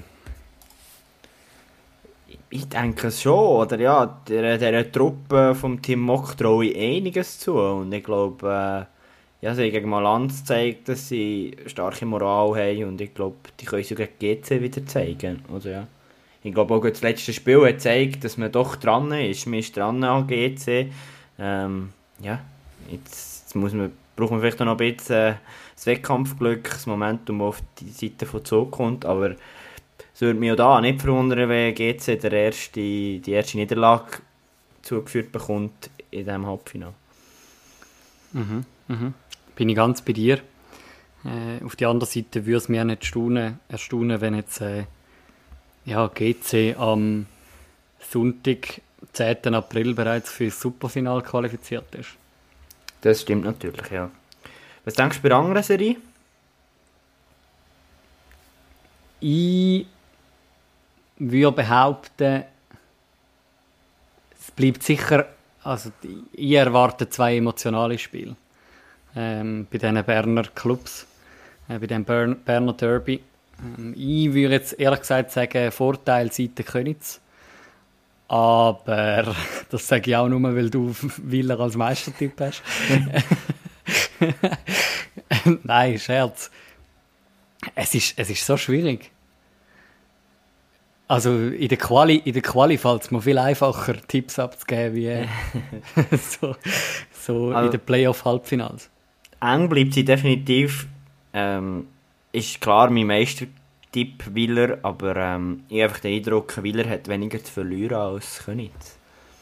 Ich denke es schon, oder ja, der, der Truppe vom Team Mock traue ich einiges zu und ich glaube, äh, ja, sie haben gegen Malanz gezeigt, dass sie starke Moral haben und ich glaube, die können sie gegen G C wieder zeigen, also ja. Ich glaube auch das letzte Spiel hat gezeigt, dass man doch dran ist, man ist dran an G C, ähm, ja, jetzt, jetzt muss man, braucht man vielleicht noch ein bisschen äh, das Wettkampfglück, das Momentum, das auf die Seite von Zug kommt, aber es würde mich auch da nicht verwundern, wenn G C der erste, die erste Niederlage zugeführt bekommt in diesem Halbfinale. Mhm, mhm. Bin ich ganz bei dir. Äh, auf der anderen Seite würde es mich auch nicht erstaunen, erstaunen wenn jetzt äh, ja, G C am Sonntag, zehnten April, bereits für das Superfinale qualifiziert ist. Das stimmt natürlich, ja. Was denkst du bei der anderen Serie? Ich würde behaupten, es bleibt sicher, also ich erwarte zwei emotionale Spiele ähm, bei diesen Berner Clubs, äh, bei dem Bern, Berner Derby. Ähm, ich würde jetzt ehrlich gesagt sagen, Vorteil Seite Königs, aber das sage ich auch nur, weil du Willer als Meistertyp hast. Nein, Scherz. Es ist, es ist so schwierig. Also in der Quali, in der Quali fällt es mir viel einfacher, Tipps abzugeben, wie so, so also, in den Playoff-Halbfinals. Eng bleibt sie definitiv. Ähm, ist klar mein Meistertipp Willer, aber ähm, ich habe einfach den Eindruck, Willer hat weniger zu verlieren als Königs.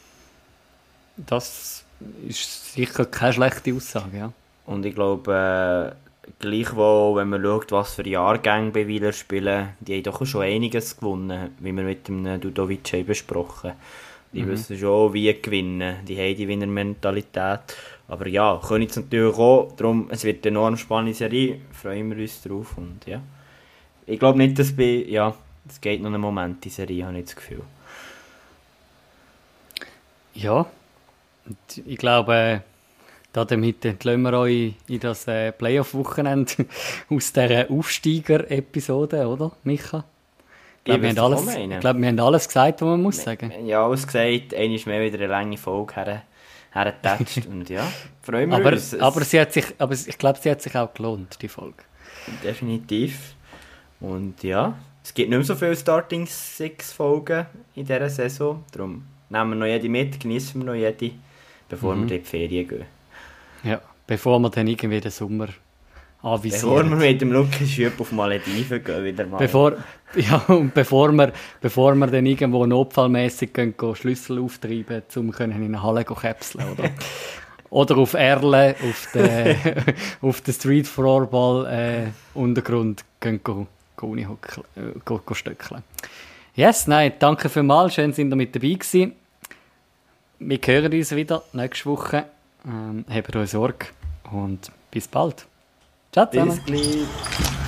Das ist sicher keine schlechte Aussage, ja. Und ich glaube, äh, gleichwohl, wenn man schaut, was für Jahrgänge bei Wieler spielen, die haben doch schon einiges gewonnen, wie wir mit dem Dudovic haben besprochen. Die mhm. wissen schon, wie gewinnen. Die haben die Winnermentalität. Aber ja, können jetzt natürlich auch. Darum, es wird eine enorm spannende Serie. Freuen wir uns drauf. Und ja, ich glaube nicht, dass bei, ja, es geht noch einen Moment, die Serie, habe ich das Gefühl. Ja, und ich glaube, damit entlösen wir euch in das äh, Playoff-Wochenende aus dieser Aufsteiger-Episode, oder, Micha? Ich glaube, wir, haben alles, ich glaube, wir haben alles gesagt, was man muss sagen. Wir haben ja alles gesagt, einmal mehr wieder eine lange Folge her, hergetatscht und ja, freuen wir aber, uns. Aber, sie hat sich, aber ich glaube, sie hat sich auch gelohnt, die Folge. Definitiv. Und ja, es gibt nicht mehr so viele Starting Six Folgen in dieser Saison, darum nehmen wir noch jede mit, genießen wir noch jede, bevor mhm. wir in die Ferien gehen. Ja, bevor wir dann irgendwie den Sommer anvisieren. Bevor wir mit dem Lukas Schüpp auf Malediven gehen, wieder mal. Bevor, ja, und bevor wir, bevor wir dann irgendwo notfallmässig gehen, gehen Schlüssel auftreiben, um in eine Halle zu käpseln, oder? Oder auf Erle, auf den, auf den Street Floorball äh, Untergrund gehen, gehen, gehen, gehen, gehen stöckeln. Yes, nein, danke vielmals, schön sind ihr mit dabei gewesen. Wir hören uns wieder nächste Woche. Ähm, habt euch Sorge und bis bald. Ciao zusammen. Bis gleich.